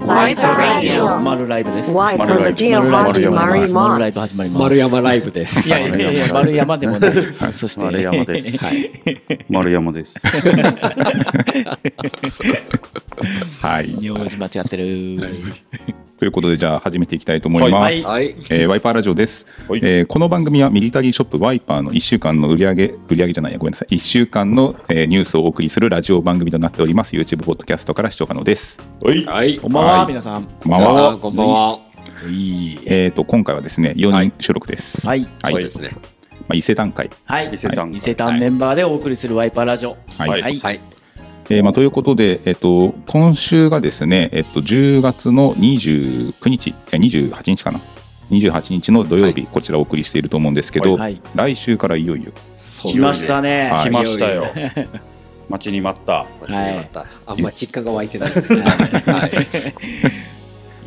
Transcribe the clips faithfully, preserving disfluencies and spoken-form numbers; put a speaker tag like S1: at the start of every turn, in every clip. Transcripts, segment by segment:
S1: ワイパーラジオ
S2: 丸ライブです。
S1: ワイパーラジオ始まり
S2: 丸ライブ
S1: ます。
S2: 始まります。
S3: 丸山ライブです。
S2: いやいやいや、丸山でもない。そして
S4: 丸山です。
S2: はい。
S4: 丸山です。
S5: はい。
S2: 名字間違ってる、はい。
S5: ということでじゃあ始めていきたいと思います。はい。えー、ワイパーラジオです、はい。えー。この番組はミリタリーショップワイパーのいっしゅうかんの売り上げ売り上げじゃないやごめんなさいいっしゅうかんの、えー、ニュースをお送りするラジオ番組となっております。 YouTube ポッドキャストから視聴可能です。
S4: はい。
S2: はい、こんばんは、はい、皆さん。
S5: こんばんは。
S3: こんばんは。
S5: えーと今回はですねよにん収録です。
S2: はい。
S5: はい。そうですね。まあ伊勢丹会。
S2: はい。伊勢丹、伊勢丹メンバーでお送りするワイパーラジオ。
S5: はい。はい。
S2: はいはい。
S5: えーまあ、ということで、えっと、今週がですね、えっと、じゅうがつのにじゅうくにち、にじゅうはちにちかな、にじゅうはちにちの土曜日、はい、こちらをお送りしていると思うんですけど、はい、来週からいよいよ
S2: 来ましたね、
S4: はい、来ましたよ待ちに待った
S3: 待ちに待った、はい、あんま実感が湧いてないですね、はい、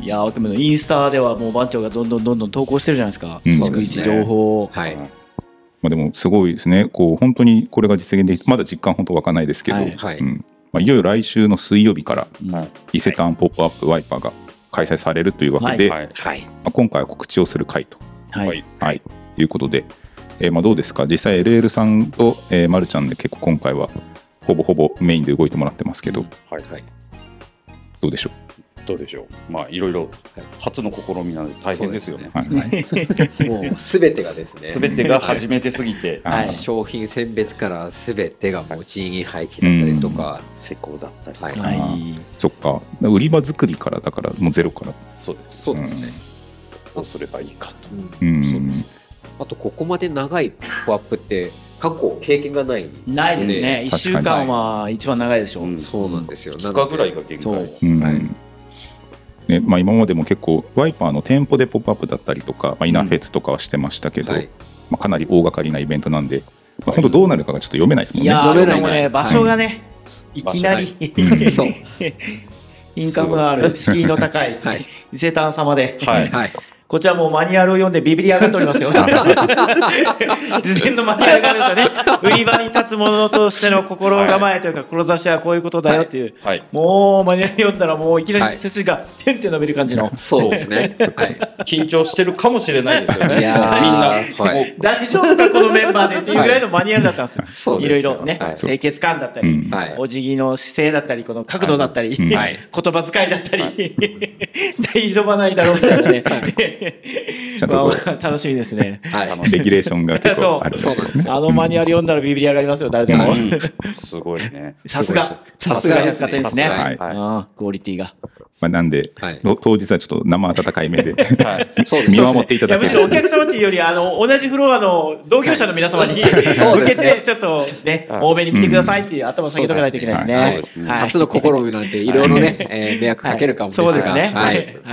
S2: いやでもインスタではもう番長がどんどんどんどん投稿してるじゃないですか、逐一情報を、はい、
S5: まあ、でもすごいですね。こう本当にこれが実現できてまだ実感本当わかんないですけど、はいはい、うん、まあ、いよいよ来週の水曜日から、うん、伊勢丹ポップアップワイパーが開催されるというわけで、はいはい、まあ、今回は告知をする回と、はいはい、いうことで、えー、まあどうですか実際 エルエル さんと、えー、まるちゃんで結構今回はほぼほぼメインで動いてもらってますけど、うん、はいはい、どうでしょう
S4: どうでしょう。まあいろいろ初の試みなので大変ですよね。
S3: もうすべてがですね。
S4: すべてが初めてすぎて、
S3: はい、商品選別からすべてがもう人員配置だったりとか、施工だったりとか、はいはい、
S5: そっか。売り場作りからだからもうゼロから。
S4: そうです。
S3: そうですね。
S4: どうすればいいかと。
S3: うん、そうです。あとここまで長いポップアップって過去経験がない
S2: ないですね。いっしゅうかんは一番長いでしょう。
S3: うん、そうなんですよ。
S4: ふつかぐらいが限界。
S5: うんはい、ね、まあ、今までも結構ワイパーの店舗でポップアップだったりとか、まあ、イナフェスとかはしてましたけど、うんはい、まあ、かなり大掛かりなイベントなんで、まあ、本当どうなるかがちょっと読めないですもんね。
S2: いやー、でもね、場所がね、はい、いきなり、うん、そうインカムのある敷居の高い伊勢丹様で、はいはい、こちらもマニュアルを読んでビビり上がっておりますよ。事前のマニュアルがあるんですよね。売り場に立つ者としての心構えというか、志はこういうことだよっていう、はい、もうマニュアル読んだらもういきなり背筋がピュンって伸びる感じの、はい、
S3: そうですね、はい、
S4: 緊張してるかもしれないですよね。いやみんな、はい、
S2: 大丈夫かこのメンバーでっていうぐらいのマニュアルだったんですよ。はい、いろいろね、はい、清潔感だったり、うん、お辞儀の姿勢だったり、この角度だったり、はい、言葉遣いだったり、はい、大丈夫はないだろうみたいなね。まあ、楽しみですね。
S5: はい、レギュレーションが結構あるそうですね。
S2: あのマニュアル読んだらビビり上がりますよ、誰でも。うん、
S4: すごいね。
S2: さすが、さすが百貨店ですね。はい、あクオリティが。
S5: まあ、なんで、はい、当日はちょっと生温かい目で、はい、見守っていただける。
S2: むしろお客様というより、あの同じフロアの同業者の皆様に、はい、向けてちょっとね、はい、多めに見てくださいっていう頭下げとかないといけないですね。
S3: 初の試みなんていろいろね、えー、迷惑かけるかもしれないですが。
S2: そうですね。はい。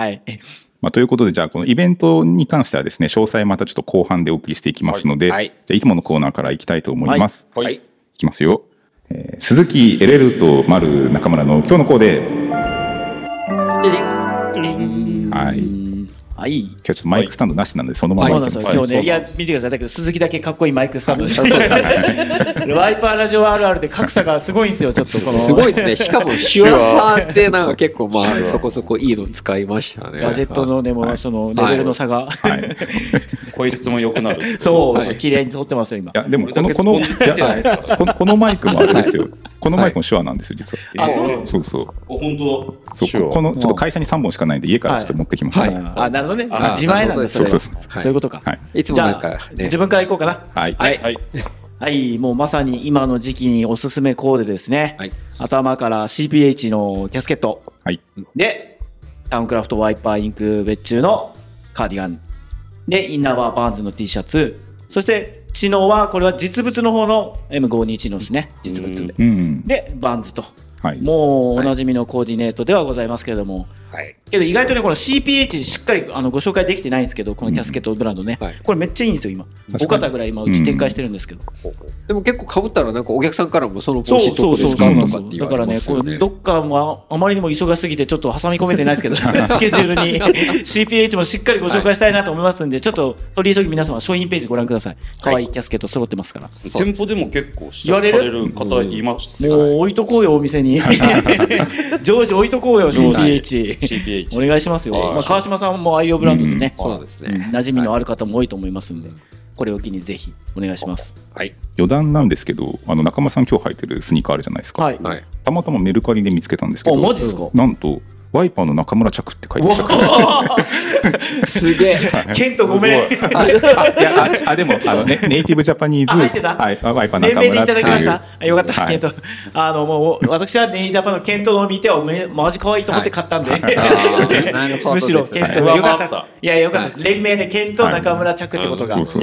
S2: はい
S5: まあ、ということでじゃあこのイベントに関してはですね詳細またちょっと後半でお送りしていきますので、はい、じゃあいつものコーナーからいきたいと思います。はい、はい、いきますよ、えー、鈴木 エルエル と丸中村の今日のコーデ。はい
S2: はい、
S5: 今日ちょっとマイクスタンドなしなんでそのまま
S2: いってます。今日ね、いや見てください。だけど鈴木だけかっこいいマイクスタンドでしょ。ワイパーラジオあるあるで格差がすごいんですよ。ちょっとこの
S3: すごいですね。しかも手話さんってなんか結構まあそこそこいいの使いましたね。
S2: ガジェットのねもそのレベルの差が、はい、
S4: 声質も良くなる。
S2: そう、はい、綺麗に撮ってますよ今。
S5: いやでもこのこのいやこのこのマイクもあれですよ。このマイクも手話なんですよ実は。
S4: あそう
S5: そう。
S4: 本当だ。
S5: そうこのちょっと会社にさんぼんしかないんで家からちょっと持ってきました。
S2: あなるほどね。自前なんです。
S5: そうそうそう。
S2: そういうことか。
S3: いつもなんか
S2: 自分から行こうかな。
S5: はい
S2: はいはい。もうまさに今の時期におすすめコーデですね。頭から シーピーエイチ のキャスケット。でタウンクラフトワイパーインク別注のカーディガン。でインナーはバーンズの T シャツ。そして知能はこれは実物の方の エムごーにいち のですね。実物で。でバーンズと。もうおなじみのコーディネートではございますけれども、はい、けど意外とねこの シーピーエイチ しっかりあのご紹介できてないんですけど、このキャスケットブランドね、うんはい、これめっちゃいいんですよ今。ご肩ぐらい今うち展開してるんですけど、うん、
S3: でも結構被ったらなんかお客さんからもその帽子どこですかとかって言われますよね。
S2: だからねこれどっかもあまりにも忙しすぎてちょっと挟み込めてないですけどスケジュールに シーピーエイチ もしっかりご紹介したいなと思いますんで、はい、ちょっと取り急ぎ皆様商品ページご覧ください。可愛いキャスケット揃ってますから、はい、
S4: 店舗でも結構試着される方います、
S2: うん、もう置いとこうよお店にに常時置いとこうよ シーピーエイチ
S4: シーピーエイチ
S2: お願いしますよ、まあ、川島さんも愛用ブランドでね、
S3: そうですね、
S2: 馴染みのある方も多いと思いますんで、これを機にぜひお願いします。
S3: はい、
S5: 余談なんですけど、あの中村さん今日履いてるスニーカーあるじゃないですか、
S2: はい、
S5: たまたまメルカリで見つけたんですけど、
S2: マジですか？
S5: なんとワイパーの中村着って書いてました。
S3: すげえ。
S2: ケントごめん。あ、
S5: いやああでもあの、ね、ネイティブジャパニーズ、
S2: 入ってた。
S5: はい、ワイパー
S2: 中村。年名でいただきました。
S5: あ、
S2: よかった、
S5: はい、
S2: ケント。あのもう私はネイジャパンのケントの見てはめマジ可愛いと思って買ったんで。はい、むしろケントがよかったです。いやよかったです。連名でケント中村着ってことが、はい、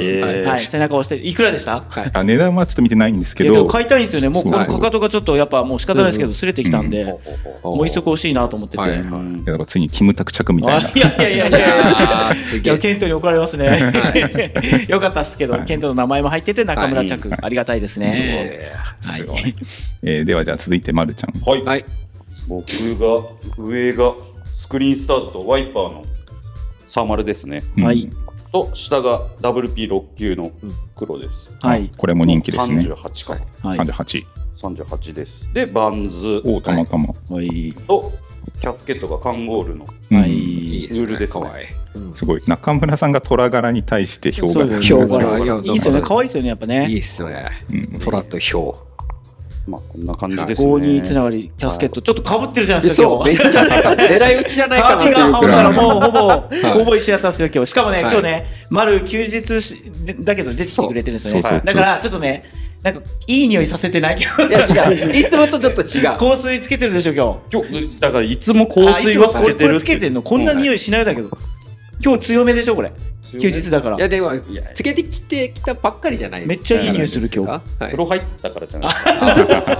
S2: 背中を押していくらでした？
S5: あ、値段はちょっと見てないんですけど。
S2: 買いたいんですよね。もうこのかかとがちょっとやっぱもう仕方ないですけど擦れてきたんで、もう一足欲しいなと思ってて。
S5: ついにキムタク着みたいな。
S2: いやいやいやいやいや、ケントに怒られますね。よかったですけど、ケントの名前も入ってて中村着、ありがたいですね。
S5: すごい。ではじゃあ続いてまるちゃん。
S4: はい。僕が上がスクリーンスターズとワイパーのサーマルですね。
S2: はい。
S4: と下が ダブリューピーろくきゅう の黒です。
S2: はい。
S5: これも人気ですね。
S4: さんじゅうはちか。
S5: さんじゅうはち。
S4: さんじゅうはちです。でバンズ。
S5: おたまたま。
S2: はい。
S4: とキャスケットがカンゴールのウールですね。
S5: すごい。中村さんが虎柄に対してヒョウ柄。
S3: ヒョウ柄。い
S2: いですよね。可愛いですよね、やっぱね。
S3: いいっすね。虎とヒョウ。
S4: まあこんな感じですね。
S2: ごにつながりキャスケットちょっと被ってるじゃないですか。
S3: そうめっちゃ狙い撃ちじゃないかなっていう
S2: くらい。もうほぼほぼ一緒やったんですよ今日。しかもね今日ね丸休日だけど出てきてくれてるんですよね。だからちょっとね。なんかいい匂いさせてないけど。
S3: いや違う。いつもとちょっと違う。
S2: 香水つけてるでしょ今日。
S4: 今日だからいつも香水はつけてる。
S2: つけてるのこんな匂いしないだけど。今日強めでしょこれ。休日だから。
S3: いやでもつけてきてきたばっかりじゃない。
S2: めっちゃいい匂いする今日。
S4: 風呂入ったからじゃない。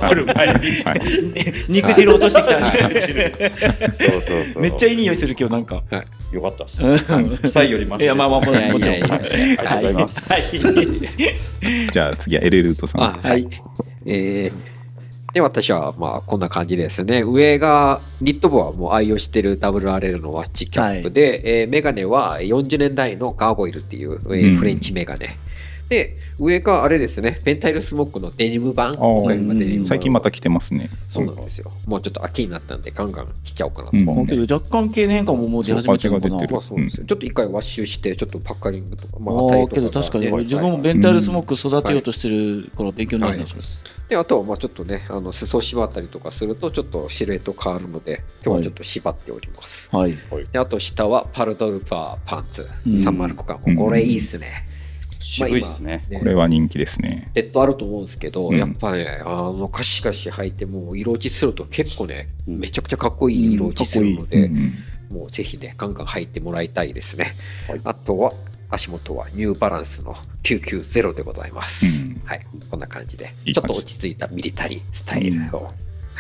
S4: 来る前に
S2: 肉汁落としてきた。
S4: そうそうそう。
S2: めっちゃいい匂いする今日なんか。
S4: よかったっす。臭いよりマシです。
S2: いやまあまあもちろん。あり
S4: がとうございます。
S5: じゃあ次はエレルートさん。
S3: はい。えー、で私はまあこんな感じですね。上がニット帽はもう愛用してる ダブリューアールエル のワッチキャップで、はい、えー、メガネはよんじゅうねんだいのガーゴイルっていう、えー、フレンチメガネ。うん、で上があれですね、ペンタイルスモックのデニム版。
S5: 最近また着てますね。
S3: そうなんですよ。もうちょっと秋になったんでガンガン着ちゃおうかなと
S2: 思って。うん、若干系の変化ももう出始めてるのかな。
S3: まあそうですよ。ちょっと一回ワッシュしてちょっとパッカリングとか、まあ
S2: 当たりとか。けど確かに自分もペンタイルスモック育てようとしてるから勉強になります。
S3: であとはまあちょっとね、あの裾を縛ったりとかするとちょっとシルエット変わるので今日はちょっと縛っております。
S2: はい。
S3: であと下はパルドルパーパンツさんまるごかん、これいいっすね。
S4: 渋いっすね。
S5: これは人気ですね。
S3: デッドあると思うんですけど、やっぱねあのカシカシ履いてもう色落ちすると結構ねめちゃくちゃかっこいい色落ちするので、もうぜひねガンガン履いてもらいたいですね。あとは足元はニューバランスのきゅうきゅうゼロでございます。うん、はい、こんな感じでちょっと落ち着いたミリタリースタイルを、うん、はい、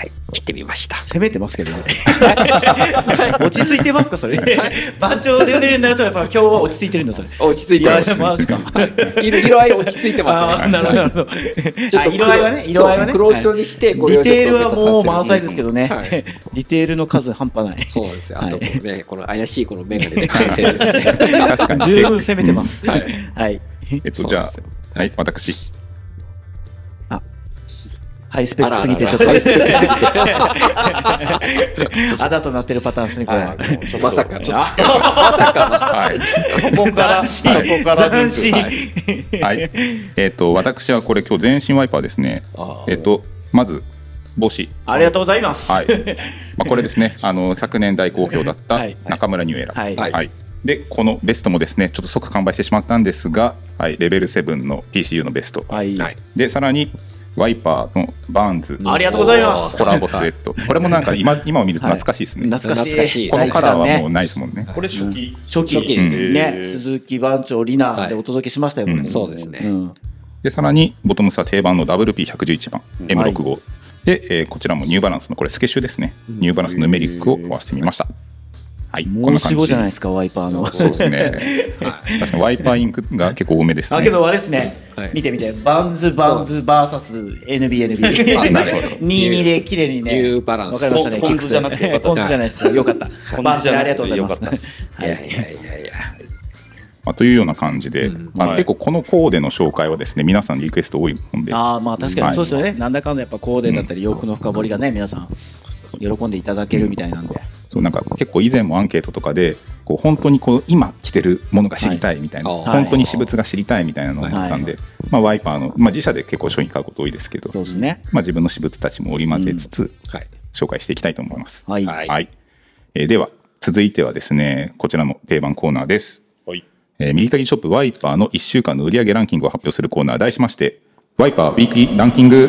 S3: 着てみました。
S2: 攻めてますけどね。落ち着いてますかそれ。番長レベルになるとやっぱ今日は落ち着いてるんだそれ。
S3: 落ち着いてます。
S2: マジか。
S3: 色色合い落ち着いてますね。
S2: なるほどなるほど。ちょっと色合いはね、色合いはね。
S3: 黒調にしてこ
S2: れをちょっとディテールはもう満載ですけどね。ディテールの数半端ない。
S3: そうですよ。あとねこの怪しいこのメガネで完成ですね。
S5: 確かに
S2: 十分攻めてます。はい。
S5: えっとじゃあはい私。
S2: ハイスペックすぎてちょっとハイスペックすぎてあだとなってるパターンですねこれ。
S3: まさかまさか
S4: そこからそこから
S2: 斬新。
S5: はい。えっと私はこれ今日全身ワイパーですね。えっとまず帽子。
S2: ありがとうございます。
S5: はい。まあこれですね。あの昨年大好評だった中村ニューエラ。はい。でこのベストもですねちょっと即完売してしまったんですが、はい、レベルセブンの ピーシーユー のベスト。はい。でさらにワイパーのバーンズ
S2: ありがとうございます
S5: コラボスウェット、これもなんか今今を見ると懐かしいですね。
S2: 懐かしい。
S5: このカラーはもうないですもんね。
S4: これ初期
S2: 初期ね、鈴木番長リナでお届けしましたよこれ。
S3: そうですね。
S5: でさらにボトムスは定番の ダブリューピーひゃくじゅういち 番 エムろくご でこちらもニューバランスのこれスケッシュですね。ニューバランスヌメリックを合わせてみました。はい、
S2: 申し子じゃないですかワイパーの。
S5: そうですね。確かにワイパーインクが結構多めですね。
S2: あけどあれですね。見てみてバンズバンズバーサス エヌビーエヌビー。なるほど。にじゅうにで綺麗にね。
S3: ニューバランス。
S2: わかりましたね。
S4: ポン酢じゃなくて
S2: ポン酢じゃないです。よかった。バンズありがとうございます。
S3: いやいやいやいや。
S5: まあ、というような感じで、うんまあ、結構このコーデの紹介はですね皆さんリクエスト多いもんで、
S2: あまあ確かにそうですよね、はい、なんだかんだやっぱコーデだったり洋服の深掘りがね皆さん喜んでいただけるみたいなんで、うん、
S5: そうなんか結構以前もアンケートとかでこう本当にこう今着てるものが知りたいみたいな、はい、本当に私物が知りたいみたいなのがあったんで、はいまあ、ワイパーの、まあ、自社で結構商品買うこと多いですけど
S2: そうですね、
S5: まあ、自分の私物たちも織り交ぜつつ、うんはい、紹介していきたいと思います、はいはいえー、では続いてはですねこちらの定番コーナーです、はいえー、ミリタリーショップワイパーのいっしゅうかんの売上ランキングを発表するコーナー題しましてワイパーウィークリーランキング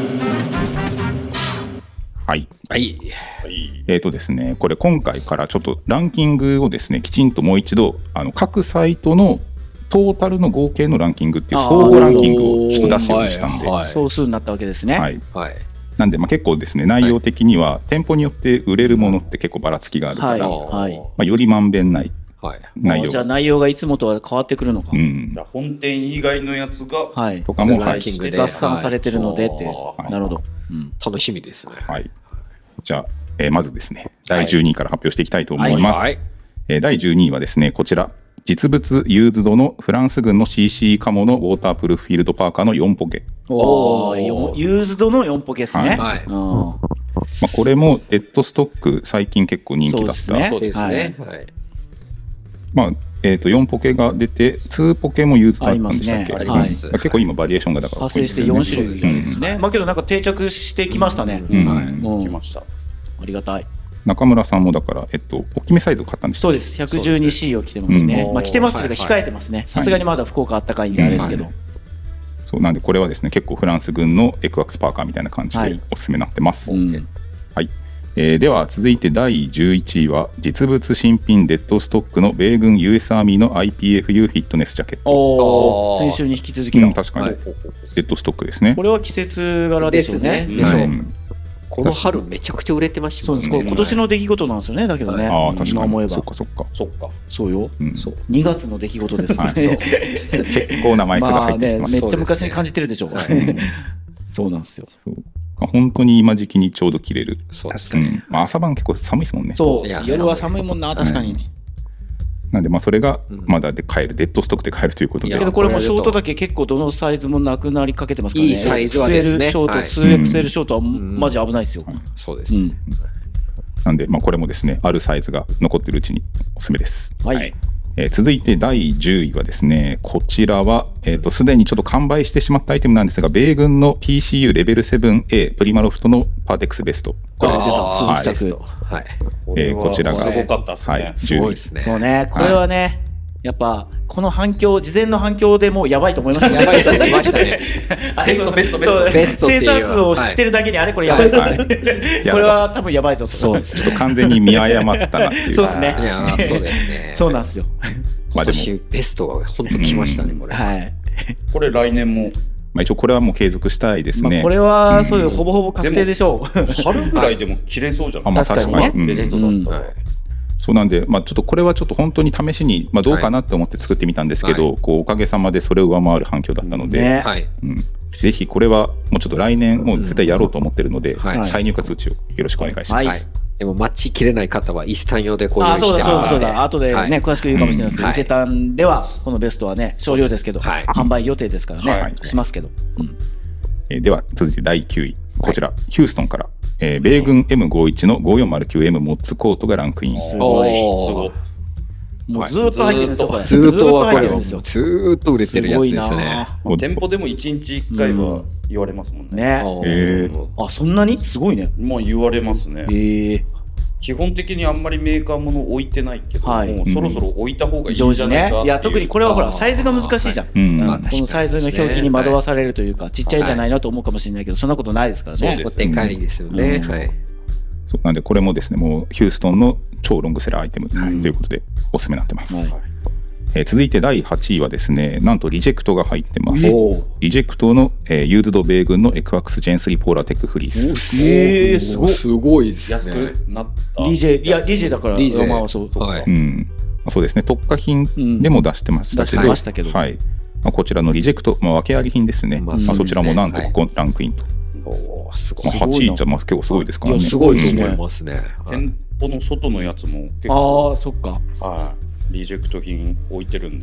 S5: はい、はい、えーとですねこれ今回からちょっとランキングをですねきちんともう一度あの各サイトのトータルの合計のランキングっていう総合ランキングをちょっと出すようにしたんで、
S2: はいはい、総数になったわけですね、
S5: はいはい、なんでまあ結構ですね内容的には店舗によって売れるものって結構ばらつきがあるから、はいはいまあ、よりまんべんない内容、
S2: じゃあ内容がいつもとは変わってくるのか、うん、
S4: 本店以外のやつが、
S2: はい、
S5: とかも
S2: ランキングで合算されてるのでって、はい、なるほど、
S3: うん、楽しみですね、
S5: はい、じゃあ、えー、まずですねだいじゅうにいから発表していきたいと思います、はいはいえー、だいじゅうにいはですねこちら実物ユーズドのフランス軍の シーシー カモのウォータープルーフフィールドパーカーのよんポケ。
S2: おーユーズドのよんポケですね、はいうん
S5: まあ、これもデッドストック最近結構人気だった
S3: そうですね、はいはい
S5: まあえー、とよんポケが出てにポケもユーズドあったんでしたっけ、ねはい、結構今バリエーションがだから
S2: 派生してよん種類ですね、うんまあ、けどなんか定着してきましたね、
S4: うんはいうん、きました
S2: ありがたい。
S5: 中村さんもだから、えっと、大きめサイズを買ったんです。
S2: そうです ひゃくじゅうにシー を着てますね、うんまあ、着てますというか控えてますねさすがにまだ福岡あったかいんであれですけど、はいはい、
S5: そうなんでこれはですね結構フランス軍のエクワックスパーカーみたいな感じでおすすめになってます、はいうんはいえー、では続いてだいじゅういちいは実物新品デッドストックの米軍 ユーエス アーミーの アイピーエフユー フィットネスジャケット。
S2: お先週に引き続きの、
S5: うん、確かに、はい、デッドストックですね。
S2: これは季節柄ですよね。
S3: でしょう、うんこの春めちゃくちゃ売れてましたね。
S2: そうです、今年の出来事なんですよね。だけどね、
S5: ああ確かに
S2: 思えば
S5: そっかそっか
S4: そっか
S2: そうよ、うん、そうにがつの出来事ですね
S5: 結構な枚数が入ってきます、
S2: まあね、めっちゃ昔に感じてるでしょう、ね、そうなんですよ。
S5: そう本当に今時期にちょうど着れる。
S3: そう確かに、
S5: うんまあ、朝晩結構寒いですもんね。
S2: そう夜は寒いもんな確かに、うん
S5: なんでまあそれがまだで買える、デッドストックで買えるということで、
S2: けどこれもショートだけ結構どのサイズもなくなりかけてますからね。
S3: いいサイズはですね
S2: エックスエル ショート、はい、ツーエックスエル ショートはマジ危ないですよ、
S3: うんうん、そうです、ねうん、
S5: なんでまあこれもですねあるサイズが残っているうちにおすすめです、
S2: はいはい
S5: えー、続いてだいじゅういはですねこちらはえーとすでにちょっと完売してしまったアイテムなんですが米軍の ピーシーユー レベル セブンエー プリマロフトのパーテックスベスト
S2: これです
S3: 鈴木着はい
S5: えー、こちらが
S4: すごかったですね、はい、
S3: すごいですね。
S2: そうねこれはね、はいやっぱこの反響事前の反響でもうやばいと思いましたね。
S3: やばいと思いましたね。
S2: ベストベストベストベスト生産数を知ってるだけにあれこれやばいと、はいはい、これは多分やばいぞと。
S5: そうです。ちょっと完全に見誤ったなっていう。
S2: そうですね。
S3: いやそうですね。
S2: そうなんですよ。
S3: 今年ベストが本当来ましたねこれ。
S2: はい。
S4: これ来年も。
S5: まあ、一応これはもう継続したいですね、
S2: まあ、これはそういうほぼほぼ確定でしょう。
S4: 春ぐらいでも着れそうじゃない、
S5: まあ、確かにね
S4: ベストだったら、
S5: うんそうなんで、まあ、ちょっとこれはちょっと本当に試しに、まあ、どうかなって思って作ってみたんですけど、はい、こうおかげさまでそれを上回る反響だったので、ねはいうん、ぜひこれはもうちょっと来年もう絶対やろうと思ってるので、うんはい、再入荷通知をよろしくお願いします、はいはい、
S3: でも待ちきれない方は伊勢丹用でご用意してますので、
S2: あ、そうだそうだそうだ後でね、はい、詳しく言うかもしれないですけど、うん、伊勢丹ではこのベストはね少量ですけど、はい、販売予定ですからね、はい、しますけど、うん
S5: えー、では続いてだいきゅういこちら、はい、ヒューストンからえー、米軍 エムごじゅういち の ごよんまるきゅうエム モッツコートがランクイン。
S2: すごいすごいもうずーっと入ってるんですよ、これ
S3: ずーっと入ってるんですよ。ずーっと売れてるやつですね。
S4: 店舗でもいちにちいっかいは言われますもんね、うん、
S2: ね
S5: えー、
S2: あそんなにすごいね。
S4: もう言われますね、
S2: えー
S4: 基本的にあんまりメーカーもの置いてないけど、はい、もうそろそろ置いた方がいいんじゃないかっていう、
S2: ね、いや特にこれはほらサイズが難しいじゃん、はいうんまあ、このサイズの表記に惑わされるというか、はい、ちっちゃいじゃないなと思うかもしれないけど、はい、そんなことないですからね。
S3: そうですね、でかいですよね、うんはい、
S5: そうなんでこれもですねもうヒューストンの超ロングセラーアイテムということでおすすめになってます、はいえー、続いてだいはちいはですねなんとリジェクトが入ってます。リジェクトの、えー、ユーズド米軍のエクワックスジェンスリーポーラーテックフリース。
S2: えー、すごい
S3: すごいですね。
S4: 安くなった
S2: ディージェー いや ディージェー だからまあそうそう、はい
S5: うんそうですね特価品でも出してましたけど、うん、
S2: 出してましたけど、
S5: はいまあ、こちらのリジェクト、まあ、訳あり品ですね、まあ、そちらもなんとここランクインと、はい、おすごい、まあ、はちいじゃまあ結構すごいですからね。
S3: いやすごいと思いますね。
S4: 店舗の外のやつも結構
S2: ああそっか
S4: はいリジェクト品置いてるんで、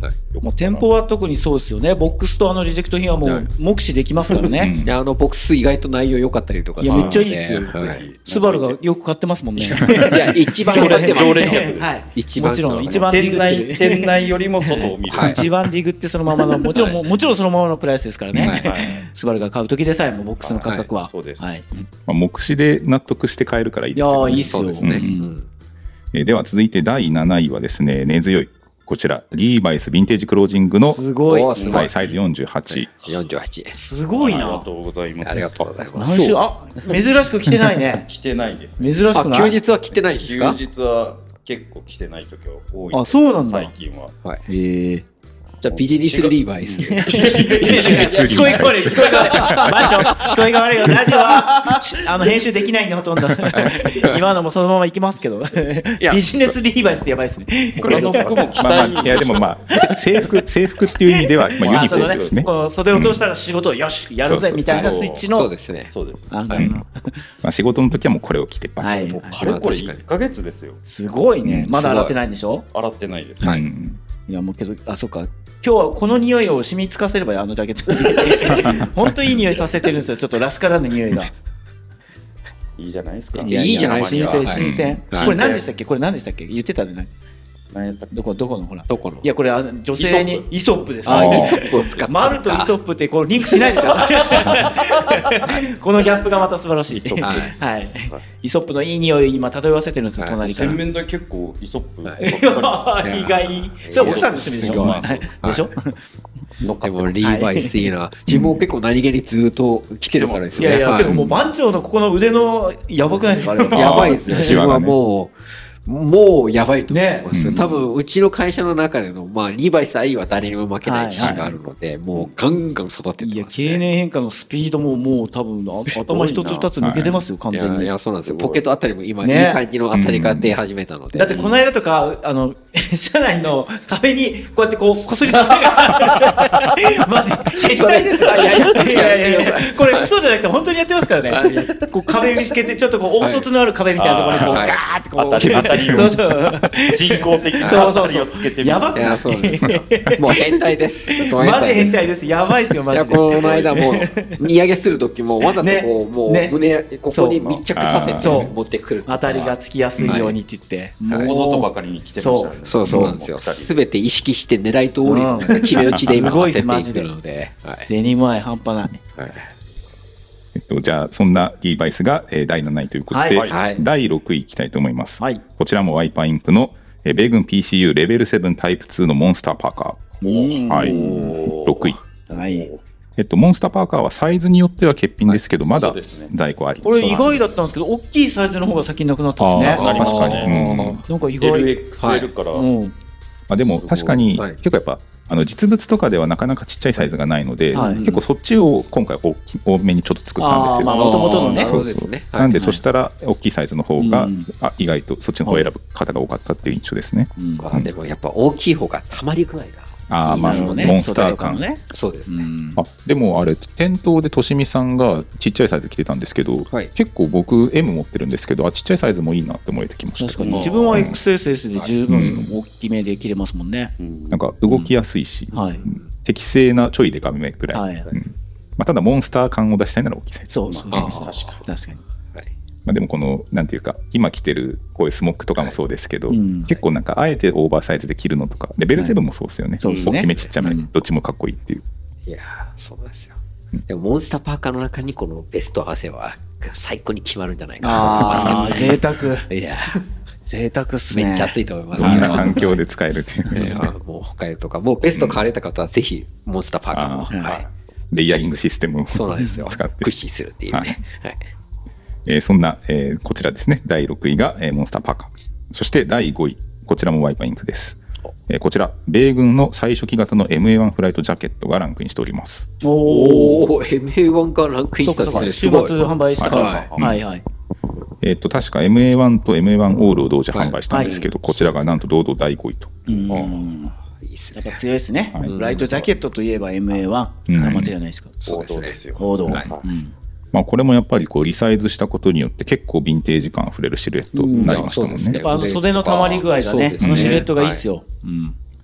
S2: もう店舗は特にそうですよね。ボックスとあのリジェクト品はもう目視できますからね。
S3: いや、あのボックス意外と内容良かったりとか。
S2: いや、めっちゃいいですよ。スバルがよく買ってますもんね。い
S3: や、一番買ってますよ。
S2: はい。
S3: 一番
S2: もちろん一番ディグ
S4: 店内店内よりも外を見る。
S2: 一番ディグってそのままのもちろんもちろんそのままのプライスですからね。スバルが買う時でさえもボックスの価格は。
S4: そうです。
S5: まあ目視で納得して買えるからいいですよね。
S2: いや、いいっすよね。
S5: では続いてだいなないはですね、根強いこちらリーバイスヴィンテージクロージングの
S2: すごい、
S5: はい、サイズよんじゅうはち。
S3: よんじゅうはち。
S2: すごいな。
S4: ありがとうございます。
S3: ありがとうございます。
S2: 何週、あ、珍しく着てないね。
S4: 着てないです。
S2: 珍しくない。
S3: 休日は着てないんですか？
S4: 休日は結構着てない時は多い。
S2: あ、そうなんだ。
S4: 最近は。
S3: はい。
S2: へえ。
S3: じゃあビジネスリーバイス。
S2: 聞こえが悪い、聞こえが悪い。マンチョ、聞こえが悪いよ。ラジオはあの編集できないんでほとんど。今のもそのままいきますけど。ビジネスリーバイスってやばいですね。
S4: これの服も着たい。
S5: いやでもまあ制服制服っていう意味ではまあユニフォームですね。
S2: この袖を通したら仕事をよしやるぜみたいなスイッチの。
S3: そうですね。
S4: そうです。
S5: まあ仕事の時はもうこれを着てパチッと。
S4: かれこれいっかげつですよ。
S2: すごいね。まだ洗ってないんでしょ？
S4: 洗ってないです。
S3: はい。
S2: いやもうけど、あ、そっか。今日はこの匂いを染みつかせればあのジャケット本当いい匂いさせてるんですよ。ちょっとらしからぬ匂いが
S4: いいじゃないですか。
S3: いやいいじゃないですか。
S2: 新鮮新鮮。これ何でしたっけ？これ何でしたっけ？言ってたね。
S4: 何やったっけ？
S2: どこどこのほら。
S3: どこの？
S2: いやこれあの女性にイソップです。
S3: あ、イソップを使って。
S2: マルとイソップってこうリンクしないでしょ。このギャップがまた素晴らしい。はい。イソップのいい匂い今漂わせてるんですよ隣から。
S4: 洗面台結構イソップ。
S2: 意外。それ奥さんの趣味でしょ。でしょ。
S3: でもリーバイスいいな。自分も結構何気にずっと着てるからです
S2: よね。いやいや、で
S3: も
S2: ももう番長のここの腕のやばくないですかあれ。
S3: やばいですね。自分はもう。もうやばいと思いますよ、ね、多分うちの会社の中での、まあ、リーバイス愛は誰にも負けない自信があるので、はいはい、もうガンガン育ててます、ね、いや
S2: 経年変化のスピードももう多分頭一つ二つ抜けてますよ、はい、完全に。
S3: いやいやそうなんですよ。ポケットあたりも今、ね、いい感じの当たりが出始めたので、
S2: だってこの間とかあの社内の壁にこうやってこうこすりつけてマジ知りたいですか？いやいやいやいやいやこれ嘘じゃなくて本当にやってますからね。こう壁見つけてちょっとこう凹凸のある壁みたいなところにこうガーってこう
S4: 当たり当たりを人工的な当たりをつけてみる。
S2: やばくない？
S3: そうですよ。もう変態です。
S2: マジ変態です。やばいですよマジで。
S3: いやこの間もう荷上げする時もわざとこうもう胸ここに密着させて持ってくる。
S2: 当たりがつきやすいようにって言って。
S4: ここぞとばかりに来てましたね。
S3: そうそうなんですよ。すべて意識して狙い通りの決め打ちで今当てていってるので。
S2: デニム愛半端ない。
S5: えっと、じゃあそんなリーバイスが、えー、だいなないということで、はいはい、だいろくいいきたいと思います、はい、こちらもワイパーインクの、えー、米軍 ピーシーユー レベルセブンタイプツーのモンスターパーカー、はい、ろくい、はい、えっと、モンスターパーカーはサイズによっては欠品ですけど、はい、まだ在庫あり、
S2: これ意外だったんですけど大きいサイズの方が先になくなったんですね。
S5: 確かに、うん、
S2: なんか意外
S4: エルエックスエル から、はい、うん、
S5: あでも確かに結構やっぱあの実物とかではなかなかちっちゃいサイズがないので、はい、結構そっちを今回大き多めにちょっと作ったんですよ。
S2: もともとのね。
S5: そうそう。なんでそしたら大きいサイズの方が、うん、あ意外とそっちの方を選ぶ方が多かったっていう印象ですね。
S3: うん、あでもやっぱ大きい方がたまり具合が。
S5: あまあ、ね、モンスター感、
S3: ね、そうですね。
S5: あでもあれ店頭でとしみさんがちっちゃいサイズ着てたんですけど、はい、結構僕 エム 持ってるんですけど、あちっちゃいサイズもいいなって思えてきました。
S2: 確かに自分は エックスエスエス で十分大きめで着れますもんね、うん、
S5: なんか動きやすいし、うんはい、適正なちょいでかめぐらい、はいはい、うんまあ、ただモンスター感を出したいなら大きいサイズ。
S2: そうそうそうそう、確かに確かに、
S5: はいまあ、でもこのなんていうか今着てるこういうスモックとかもそうですけど、はいうん、結構なんかあえてオーバーサイズで着るのとかレベルセブンもそうですよね、はい、そうですね、大きめちっちゃめ、うん、どっちもかっこいいっていう。
S3: いやそうなんですよ、うん、でもモンスターパーカーの中にこのベスト合わせは最高に決まるんじゃないかなと思いますけど、ね、
S2: あ贅沢いや贅沢っすね。
S3: めっちゃ熱いと思います。
S5: どんな環境で使えるっていう、
S3: ね、もう他とかもうベスト買われた方はぜひモンスターパーカーも、うんはい、
S5: レイヤリングシステムを
S3: そうなんですよ使って駆使するっていうね、はいはい
S5: えー、そんな、えー、こちらですね。だいろくいが、えー、モンスターパーカー、そしてだいごいこちらもワイパーインクです、えー、こちら米軍の最初期型の エムエーワン フライトジャケットがランクインしております。
S3: おお エムエーワン がランクインしたんですね。
S2: 週末販売したから、はいはいはいはい、
S5: えー、と確か エムエーワン と エムエーワン オールを同時販売したんですけど、はいはい、こちらがなんと堂々だいごいと。
S2: うんいいっすね、やっぱ強いですね、はい、フライトジャケットといえば エムエーワン、うん、それは間違いないですか。
S3: そうですよ。
S2: 王道、
S5: はいうんまあ、これもやっぱりこうリサイズしたことによって結構ヴィンテージ感あふれるシルエットになりましたもんね。
S2: やっぱあの袖のたまり具合がね、そのシルエットがいいっすよ、はいうんま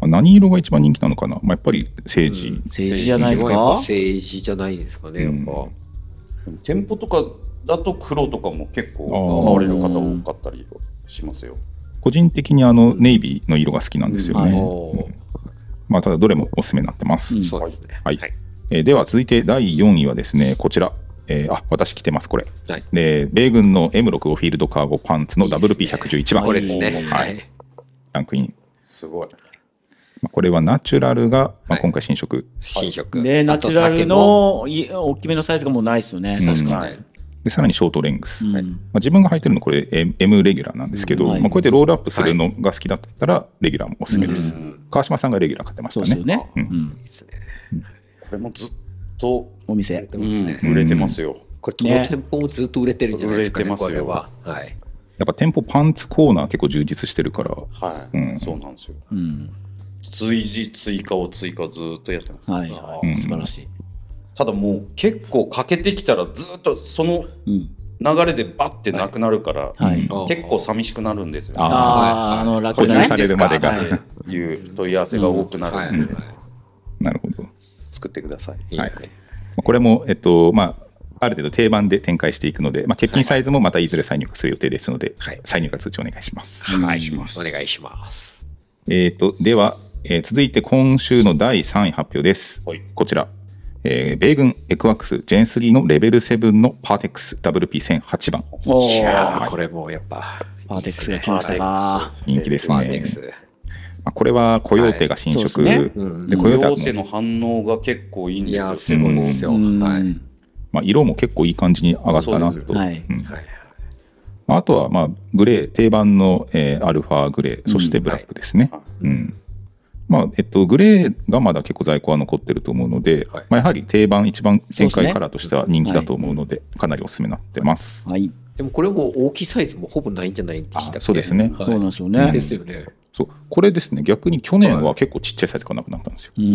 S5: 何色が一番人気なのかな、まあ、やっぱり政治、うん、
S2: 政治じゃないですか。
S3: 政治じゃないですかね、やっぱ、
S4: うん、店舗とかだと黒とかも結構買われる方多かったりしますよ。
S5: 個人的にあのネイビーの色が好きなんですよね、うんはい、まあ、ただどれもおすすめになってます、うん、そうですね、はいはい、えー、では続いてだいよんいはですねこちら、えー、あ私着てますこれ、はい、で米軍の エムろくご フィールドカーゴパンツの ダブルピーひゃくじゅういち 番、
S3: これですね、
S5: はい、ランクイン。
S4: すごい。
S5: これはナチュラルが、まあ、今回新色、はい、
S3: 新色
S2: でナチュラルの大きめのサイズがもうないですよね、確かに。
S5: でさらにショートレングス、うん、まあ、自分が履いてるのこれ M レギュラーなんですけど、うん、まあ、こうやってロールアップするのが好きだったらレギュラーもおすすめです、うん、川島さんがレギュラー買ってましたね。
S2: そうですよね、うんうん、
S4: これもずっと
S2: お店
S4: 売れてますね、うん、売れてますよ。
S3: これどの店舗もずっと売れてるんじゃないですかね、
S4: ね、
S3: これは、はい、
S5: やっぱ店舗パンツコーナー結構充実してるから、
S4: はい、うん、そうなんですよ、うん、追事追加を追加ずっとやってます、
S2: はいはい、うん、素晴らしい。
S4: ただもう結構欠けてきたらずっとその流れでバッてなくなるから、はいはい、結構寂しくなるんですよね。
S2: ああ、あの楽な
S5: されるまでが、はい、
S4: いう問い合わせが多くなるので、うん、はいはい、
S5: なるほど、
S4: 作ってください。
S5: はい、これも、えっとまあ、ある程度定番で展開していくので、まあ、欠品サイズもまたいずれ再入荷する予定ですので、はい、再入荷通知お願いします。
S3: はい、お願いします。お願いします。
S5: えーと、では、えー、続いて今週のだいさんい発表です。はい、こちら。えー、米軍エクワックス ジェンスリー のレベルセブンのパーテックス ダブルピーせんはち 番。
S3: おいやー、これもやっぱ
S2: パーテックスが来ましたな。
S5: 人気ですね。
S3: パーテックス、
S5: まあ、これはコヨーテが新色、はい、で、
S4: うん、コヨーテの反応が結構いいんですよ。いや
S3: すごいですよ、うん、はい、
S5: まあ、色も結構いい感じに上がったなと、はい、うん、はい、あとはまあグレー定番の、えー、アルファグレー、そしてブラックですね、うん、はい、うん、まあえっと、グレーがまだ結構在庫は残ってると思うので、はい、まあ、やはり定番一番展開カラーとしては人気だと思うので、かなりおすすめになってます、はい、
S3: でもこれも大きいサイズもほぼないんじゃないでしたっけ。
S5: そうですね、
S2: はい、そうなんですよね、
S3: ですよね。
S5: そうこれですね、逆に去年は結構ちっちゃいサイズがなくなったんですよ、はい、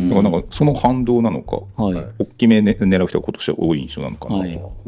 S5: だからなんかその反動なのか、はい、大きめ、ね、狙う人が今年は多い印象なのかな、はい、うん、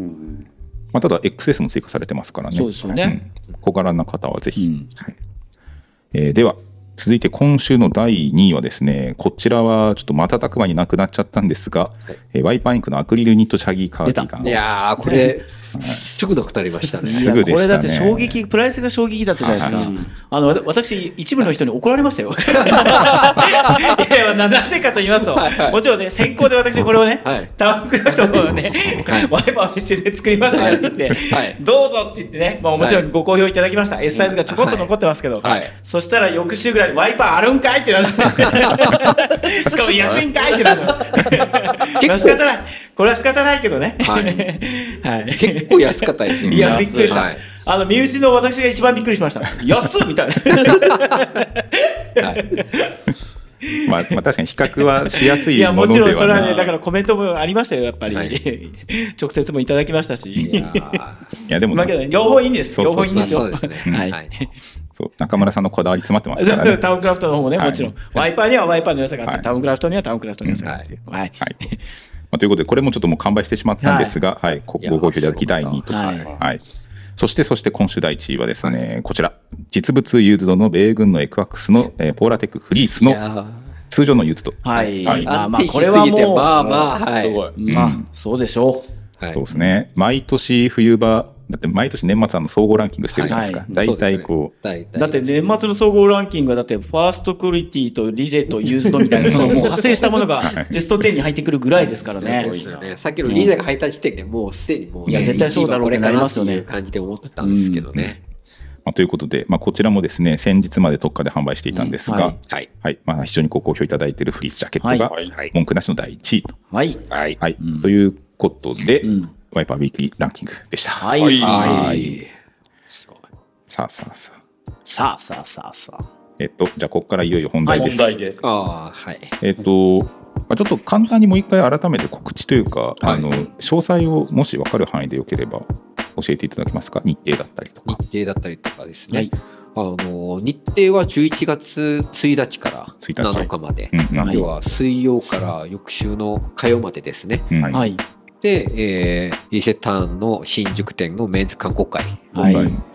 S5: まあ、ただ エックスエス も追加されてますからね。
S2: そうですよね、
S5: うん、小柄な方はぜひ、うん、はい、えー、では続いて今週のだいにいはですね、こちらはちょっと瞬く間になくなっちゃったんですが、はい、えー、ワイパーインクのアクリルニットシャギーカーディガン。
S3: いやーこれすぐなくなりましたね。
S5: すぐでしたね。
S2: これだって衝撃、プライスが衝撃だったじゃないですか。はいはい、あの私一部の人に怒られましたよ。いやなぜかと言いますと、はいはい、もちろんね先行で私これをね、はい、タウンクラフトをね、はい、ワイパーを中で作りましたよって言って、はい、どうぞって言ってね、まあ、もちろんご好評いただきました。はい、S サイズがちょこっと残ってますけど、はいはい、そしたら翌週ぐらいワイパーあるんかいってなってしかも安いんかいってなって仕方ない、これは仕方ないけどね、はい
S3: はい、結構安かったですよ。
S2: いやびっくりした、はい、あの身内の私が一番びっくりしました。安っみたいな、はい、
S5: まあ、まあ確かに比較はしやすい
S2: いや
S5: ものではない。
S2: もちろんそれはね、だからコメントもありましたよやっぱり、はい、直接もいただきましたし、いや, いやでも、ね、まあ、けど両方いいんです。両方いいんですよ。そうですね、はいはい、
S5: そう中村さんのこだわり詰まってますからね。
S2: タウンクラフトの方もね、もちろん、はい、ワイパーにはワイパーの良さがあって、はい、タウンクラフトにはタウンクラフトの良さがあって、はいはいはい、
S5: まあ、ということでこれもちょっともう完売してしまったんですが、はいはい、ご好評いただきだいにいとか、はいはい、そしてそして今週だいいちいはですね、はい、こちら実物ユーズドの米軍のエクワックスの、えー、ポーラテックフリースの通常のユーズド、
S2: はいはい、まあまあこれはもう
S3: まあまあ、はい、
S2: すごい、まあ、うん、そうでしょう、
S5: はい、そうですね。毎年冬場だって毎年年末の総合ランキングしてるじゃないですか、はい、大体こう、
S2: ね、だって年末の総合ランキングはだってファーストクオリティとリジェとユーズドみたいなもう派生したものがベストじゅうに入ってくるぐらいですからね。
S3: すごいよね。さっきのリジェが入った時点でもうすでにもう、ね、
S2: いや絶対そうだろうってなりますよね。
S3: いちいはこれかなっていう感じで思ってたんですけどね、うん、
S5: まあ、ということで、まあ、こちらもですね先日まで特価で販売していたんですが、うん、はいはい、まあ、非常にご好評いただいているフリースジャケットが文句なしのだいいちいと、はいはいはい、うん、ということで、うん、ワイパーウィークリーランキングでした。はい、はいはい、すごい。さあさあさあ
S2: さあさあさあさあ
S5: えっとじゃあここからいよいよ本題です。
S4: はい、本題で、
S3: あ、はい、
S5: えっと、まあ、ちょっと簡単にもう一回改めて告知というか、はい、あの詳細をもし分かる範囲でよければ教えていただけますか。日程だったりとか。
S3: 日程だったりとかですね、はい、あの日程はじゅういちがつついたちからなのかまで、うんうん、要は水曜から翌週の火曜までですね、うん、はい、で、えー、伊勢丹の新宿店のメンズ観光会、はい、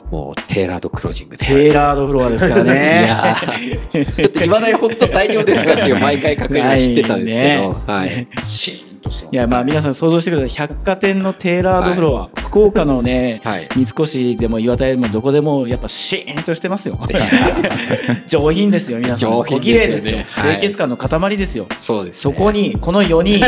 S3: もうテーラードクロージングで。
S2: テーラードフロアですからね。
S3: いやちょっと言わない本当大丈夫ですかっていう毎回確認はしてたんですけど、
S2: は
S3: はいい。
S4: シーンとした。
S2: いやまあ皆さん想像してください。百貨店のテーラードフロア、はい、福岡のね、はい、三越でも岩田でもどこでもやっぱシーンとしてますよ。上品ですよ皆さん。
S3: 上品ですよね。
S2: 小綺麗ですよ。清潔感の塊ですよ。
S3: そうです、ね。
S2: そこにこのよにん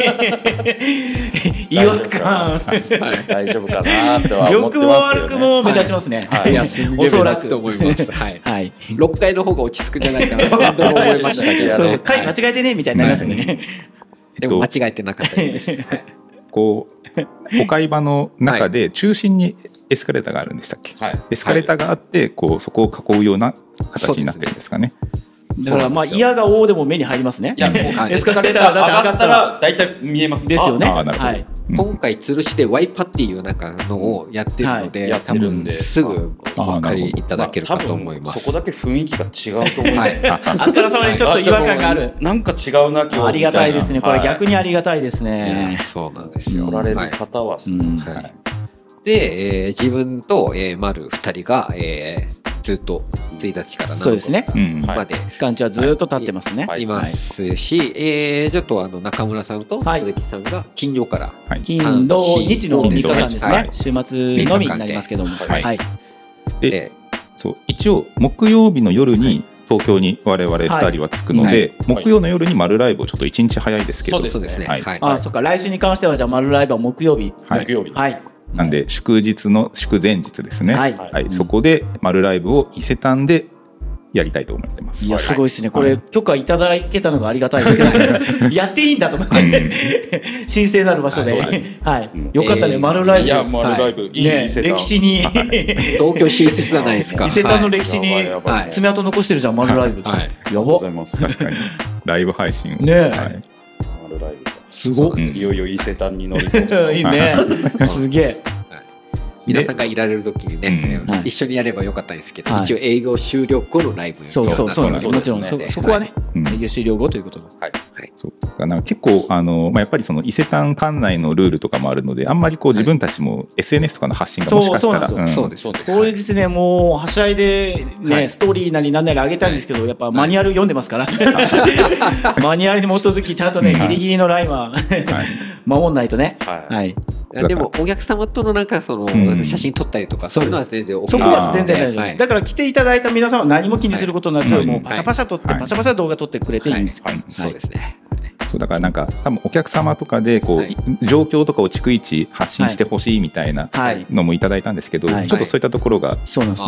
S2: 違和感
S4: 大丈夫かなっては思ってますよね。
S2: 良くも悪くも目立ちますね。
S3: はい、いやすんげえ目立つと思います。はい。はい。ろっかいの方が落ち着くんじゃないかなと思いましたけど。
S2: そうそう。回間違えてねみたいになりますよね。
S3: でも間違えてなかったです。
S5: こうお買い場の中で中心にエスカレーターがあるんでしたっけ、はい、エスカレーターがあってこうそこを囲うような形になってるんですかね。
S2: だからまあ嫌が王でも目に入りますね。
S4: いやもうエスカレーター上がったら大体見えます
S2: ですよね。
S5: はい。
S3: 今回吊るしでワイパっていうなんかのをやってるので、多分すぐお分かりいただけるかと思います。
S4: そこだけ雰囲気が違うと思います。
S2: あからさまにちょっと違和感がある。
S4: なんか違うな今日。
S2: ありがたいですね。これ逆にありがたいですね。
S3: そうなんですよ。
S4: 来られる方はすごい。
S3: で、えー、自分と、えー、丸ふたりが、えー、ずっとついたちからなながつまで
S2: 期間中はずっと立ってますね。
S3: いますし、はい、えー、ちょっとあの中村さんと鈴木さんが金曜から、
S2: はい、金土日のみっかかんですね、はい、週末のみになりますけども、はいはい、
S5: でそう一応木曜日の夜に東京に我々ふたりは着くので、はい、木曜の夜に丸ライブをちょっといちにち早いですけど、
S3: そうですね、はいはい、
S2: あそっか来週に関してはじゃあ丸ライブは木曜日、
S4: はい、木曜日
S2: はい
S5: なんで祝日の祝前日ですね、はいはい、そこで丸ライブを伊勢丹でやりたいと思ってます。
S2: いやすごいですね、これ、はい、許可いただけたのがありがたいですけどやっていいんだと思って、うん、神聖なる場所で、はい、よかったね、えー、丸ライブ、
S4: いや丸ライブ、はい、いいね、
S2: 歴史に
S3: 東京進出じゃないですか。
S2: 伊勢丹の歴史に爪痕残してるじゃん、丸ライブ、
S5: はいはい、やばっ、確かにライブ配信を
S2: ね、はい、
S4: 丸ライブ
S2: すごい、
S4: いよいよ伊勢丹に乗り込む
S2: いいねすげえ。
S3: 皆さんがいられる時にね、うん、一緒にやればよかったんですけど、はい、一応営業終了後のライブに
S2: そうそうそうなんです。もちろん そ, そこはね、はい、営業終了後ということで、
S5: はいはい、そうだから結構あの、まあ、やっぱりその伊勢丹館内のルールとかもあるのであんまりこう自分たちも エスエヌエス とかの発信がもしかしたら
S3: そうですそうです
S2: 当日ねもうはしゃいでね、はい、ストーリーなりなんなり上げたいんですけど、やっぱマニュアル読んでますから、はい、マニュアルに基づきちゃんとね、はい、ギリギリのラインは、はい、守んないとね、はいはい、
S3: でもお客様とのなんかその、うん、写真撮ったりとかそういうのは全然 OK です。
S2: そこは全然大丈夫、はい、だから来ていただいた皆さんは何も気にすることなく、はい、もうパシャパシャ撮って、はい、パシャパシャ動画撮ってくれていいんです、
S3: はいはいはい、そうですね。
S5: そうだからなんか多分お客様とかでこう、はい、状況とかを逐一発信してほしいみたいなのもいただいたんですけど、はい、ちょっとそういったところが難しい、はい、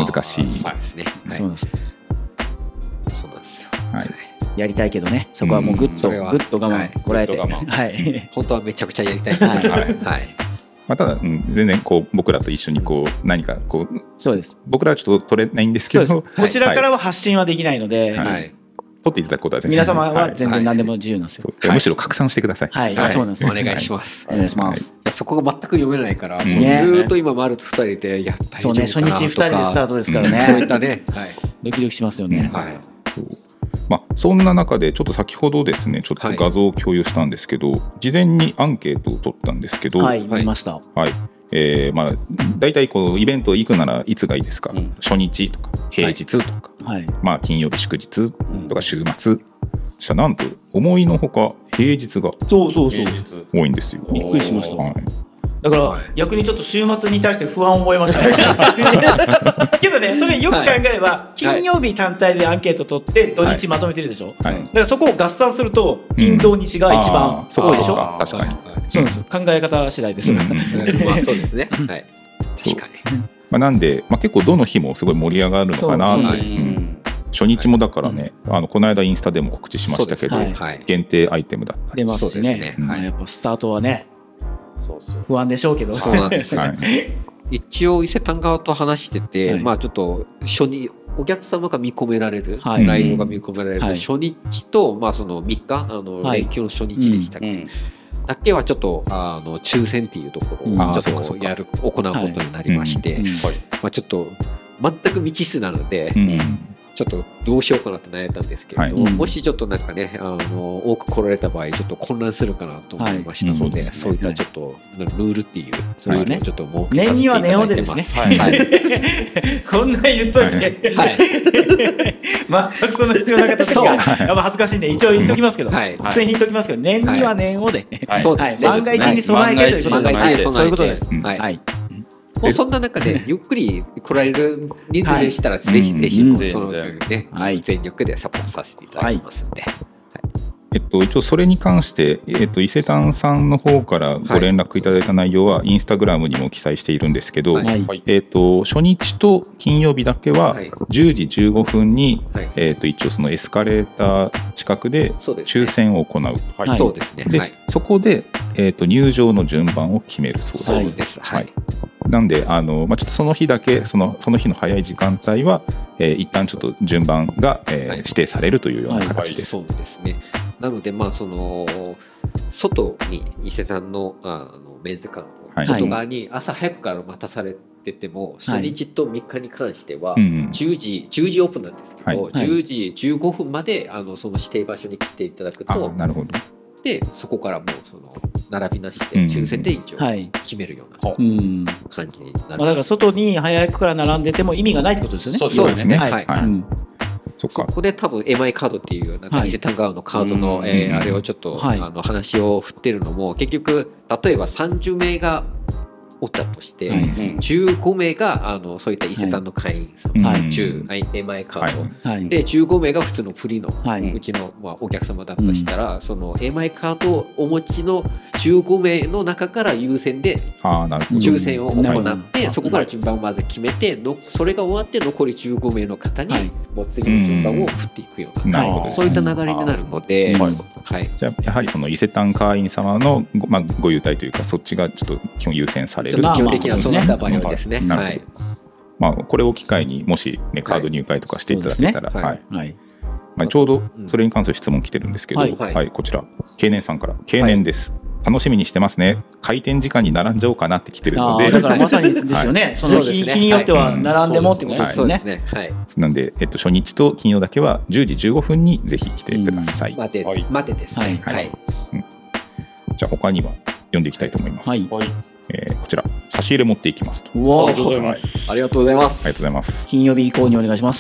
S3: そうですね、はい、そうなんですそうなんですよ、はい、
S2: やりたいけどね、そこはもうグッと、うん、グッと我慢こらえて、はい、
S3: 本当はめちゃくちゃやりたいですけど、はいはい
S5: まあ、ただ、うん、全然こう僕らと一緒にこう何かこう
S2: そうです
S5: 僕らはちょっと取れないんですけど、
S2: こちらからは発信はできないので、はいはい
S5: 取っていただくことは全然
S2: 皆様は全然何でも自由なんですよ、
S5: はいはい、むしろ拡散してください。
S2: はい、はい、そうなんです。
S3: お願いします。
S2: お願いします。
S3: はい、そこが全く読めないから、うん、もうずっと今丸とふたりでやったり
S2: そうね、初日ふたりでスタートですからね。
S3: そういったね、はい、
S2: ドキドキしますよね。
S3: はい。
S5: まあ、そんな中でちょっと先ほどですねちょっと画像を共有したんですけど、はい、事前にアンケートを取ったんですけど、
S2: はい見ました。
S5: はい。えーまあ、大体こうイベント行くならいつがいいですか、うん、初日とか平日とか、はいまあ、金曜日祝日とか週末、うん、したらなんと思いのほか平日が
S2: そうそうそう
S5: 多いんですよ。
S2: びっくりしました、はい、だから逆にちょっと週末に対して不安を覚えましたねけどねそれよく考えれば、はい、金曜日単体でアンケート取って土日まとめてるでしょ、はい、だからそこを合算すると金土日が一番多いでしょ、うん、
S5: 確かに
S2: そうです、考え方次第です、うん、
S3: まあそうですね、はい、確かに、
S5: まあ、なんで、まあ、結構どの日もすごい盛り上がるのかなって、うん、初日もだからね、はい、あのこの間インスタでも告知しましたけど、はい、限定アイテムだったり
S2: 出ますしね、うん、やっぱスタートはねそうそう不安でしょうけど
S3: そうなんですよ、はい、一応伊勢丹側と話してて、はい、まあちょっと初日お客様が見込められる、はい、来場が見込められる、はい、初日と、まあ、そのみっかあの、はい、連休の初日でしたっけ、うんうんだけはちょっとあの抽選っていうところをちょっとやる行うことになりまして、まあちょっと全く未知数なので、うん、ちょっちょっとどうしようかなって悩んだんですけれども、はい、もしちょっとなんかねあの多く来られた場合ちょっと混乱するかなと思いましたので、はい、そういったちょっとルールっていうそういうのをちょっと設けさせていただいてます。
S2: 念には念をでですね、はいはい、こんな言っといて、はい、全くそんな必要なかったですがやっぱ恥ずかしいんで一応言っときますけど、はい、苦戦引いときますけど念には念をで、はいはい、万が一に備えてということです。はい、そういうことです。はいはいもうそんな中でゆっくり来られる人数でしたらぜひぜひその分ね全力でサポートさせていただきますんで、はい
S5: えっと、一応それに関して、えっと、伊勢丹さんの方からご連絡いただいた内容はインスタグラムにも記載しているんですけど、はいえっと、初日と金曜日だけはじゅうじじゅうごふんに、はいえっと、一応そのエスカレーター近くで抽選を行う。
S3: はい、そうですね。
S5: で、はい、そこで、えっと、入場の順番を決めるそうです。
S3: そうです。はい。
S5: なんであの、まあ、ちょっとその日だけその、その日の早い時間帯は、えー、一旦ちょっと順番が、えーはい、指定されるというような形です。
S3: はいはい、そうですね。なのでまあその外に伊勢丹のあのメンズ館の外側に朝早くから待たされてても、はい、初日とみっかに関してはじゅうじ、じゅうじオープンなんですけど、はい、じゅうじじゅうごふんまであのその指定場所に来ていただくと、
S5: なるほど。
S3: でそこからもうその並びなしで抽選で一応決めるような感じになる、うんまあ、
S2: だから外に早くから並んでても意味がないってことですよね。
S3: そうですね。はい、はいはいうん
S5: そ,
S3: そこで多分 エムアイ カードっていうなんか伊勢丹側のカードの、はいえー、あれをちょっと、はい、あの話を振ってるのも結局例えばさんじゅうめいがおったとして、はい、じゅうごめいがあのそういった伊勢丹の会員さん、はい、中 エムアイ カード、はい、でじゅうごめいが普通のフリーの、はい、うちの、まあ、お客様だったとしたら、うん、その エムアイ カードをお持ちのじゅうごめいの中から優先で抽選を行って、うん、そこから順番をまず決めてのそれが終わって残りじゅうごめいの方に、はい、もう次の順番を振っていくような、うん、そういった流れになるので、はいはい、
S5: じゃあやはりその伊勢丹会員様の ご,、まあ、ご優待というかそっちがちょっと基本優先される。
S3: ちょっと基本的にはそういった場合ですね。
S5: はい。まあこれを機会にもしねカード入会とかしていただけたら、はいはい。まあちょうどそれに関する質問来てるんですけど、はい、はい、こちら経年さんから経年です。はい楽しみにしてますね。開店時間に並んじゃおうかなって来てるので、
S2: だからまさにですよね。はい、その 日, 日によっては並んでもってことですよね。
S3: そうですね。はい。
S5: なんで、えっと、初日と金曜だけはじゅうじじゅうごふんにぜひ来てください。
S3: うん、待て、はい、待てですね。はい。はい
S5: うん、じゃあ他には読んでいきたいと思います。はい。えー、こちら差し入れ持っていきますと。
S2: うわ
S3: ありがとうございます。ありがとうございます。
S5: ありがとうございます。
S2: 金曜日以降にお願いします。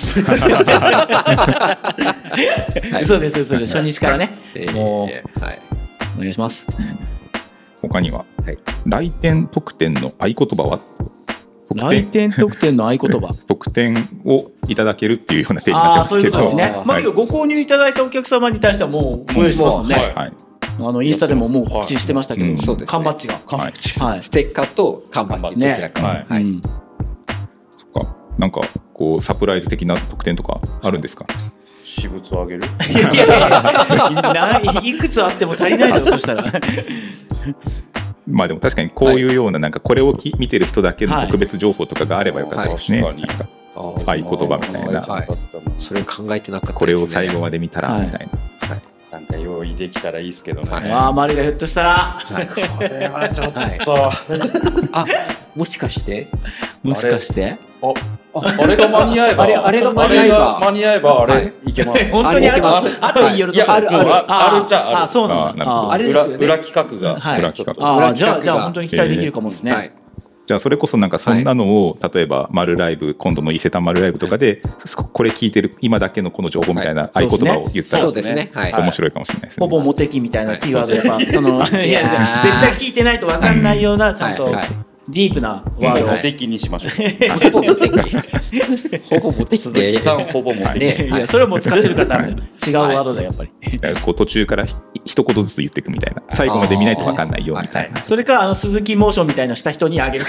S2: はい、そうですそうです。初日からね。えー、もう、はい、お願いします。
S5: 他には、はい、来店特典の合言葉は
S2: 来店特典の合言葉
S5: 特典をいただけるっていうような手になってますけど、
S2: あそういうことですね。はい、まあけどご購入いただいたお客様に対してはもうご用意してますもんね。はいはい、あのインスタでももう告知してましたけど、はいうん、缶バッジが、
S3: はいはい、ステッカーと缶バッジどちらか、ねはいはいうん、
S5: そっかなんかこうサプライズ的な特典とかあるんですか。
S4: 私物をあげる
S2: いやいやいやいくつあっても足りないだろそしたら
S5: まあでも確かにこういうようななんかこれをき見てる人だけの特別情報とかがあればよかったですね、はい、なんか合言葉みたいな、はい、
S3: それ考えてなかったですね。
S5: これを最後まで見たらみたいな、はい
S4: はい、なんか用意できたらいいですけどね、はい、
S2: ああ周りがひょっとしたら、はい、
S4: これはちょっと、はい、
S3: あもしかして
S2: もしかして
S4: ああれが間に合えば
S3: あれあれが間に合えば
S4: 間に合えばあれ、はい、いけます。
S2: 本当にあります。あと言えると
S4: あるあるあるじゃある。
S2: あそうなんだ。
S3: あれ
S4: 裏裏企画が、
S2: はい、
S5: 裏企画。
S2: あじゃあじゃあ本当に期待できるかもですね。はい、
S5: じゃあそれこそなんかそんなのを、はい、例えば丸ライブ今度の伊勢丹丸ライブとかで、はい、これ聞いてる今だけのこの情報みたいな合言葉を言ったら、
S3: そうですね、はい、
S5: 面白いかもしれないですね。
S2: ほぼモテ期みたいなキーワードやっぱそのいや絶対聞いてないと分かんないようなちゃんと。はいはいディープな
S4: ワードをモテ期にしましょう。
S3: ほぼモテ期。ほぼモテ期。
S4: 鈴木さんほぼモテ期。
S2: ね、いやそれはもう使ってる方は違うワードだやっぱり。
S5: こう途中から一言ずつ言っていくみたいな。最後まで見ないと分かんないよみたいな。
S2: それかあの鈴木モーションみたいなした人にあげる。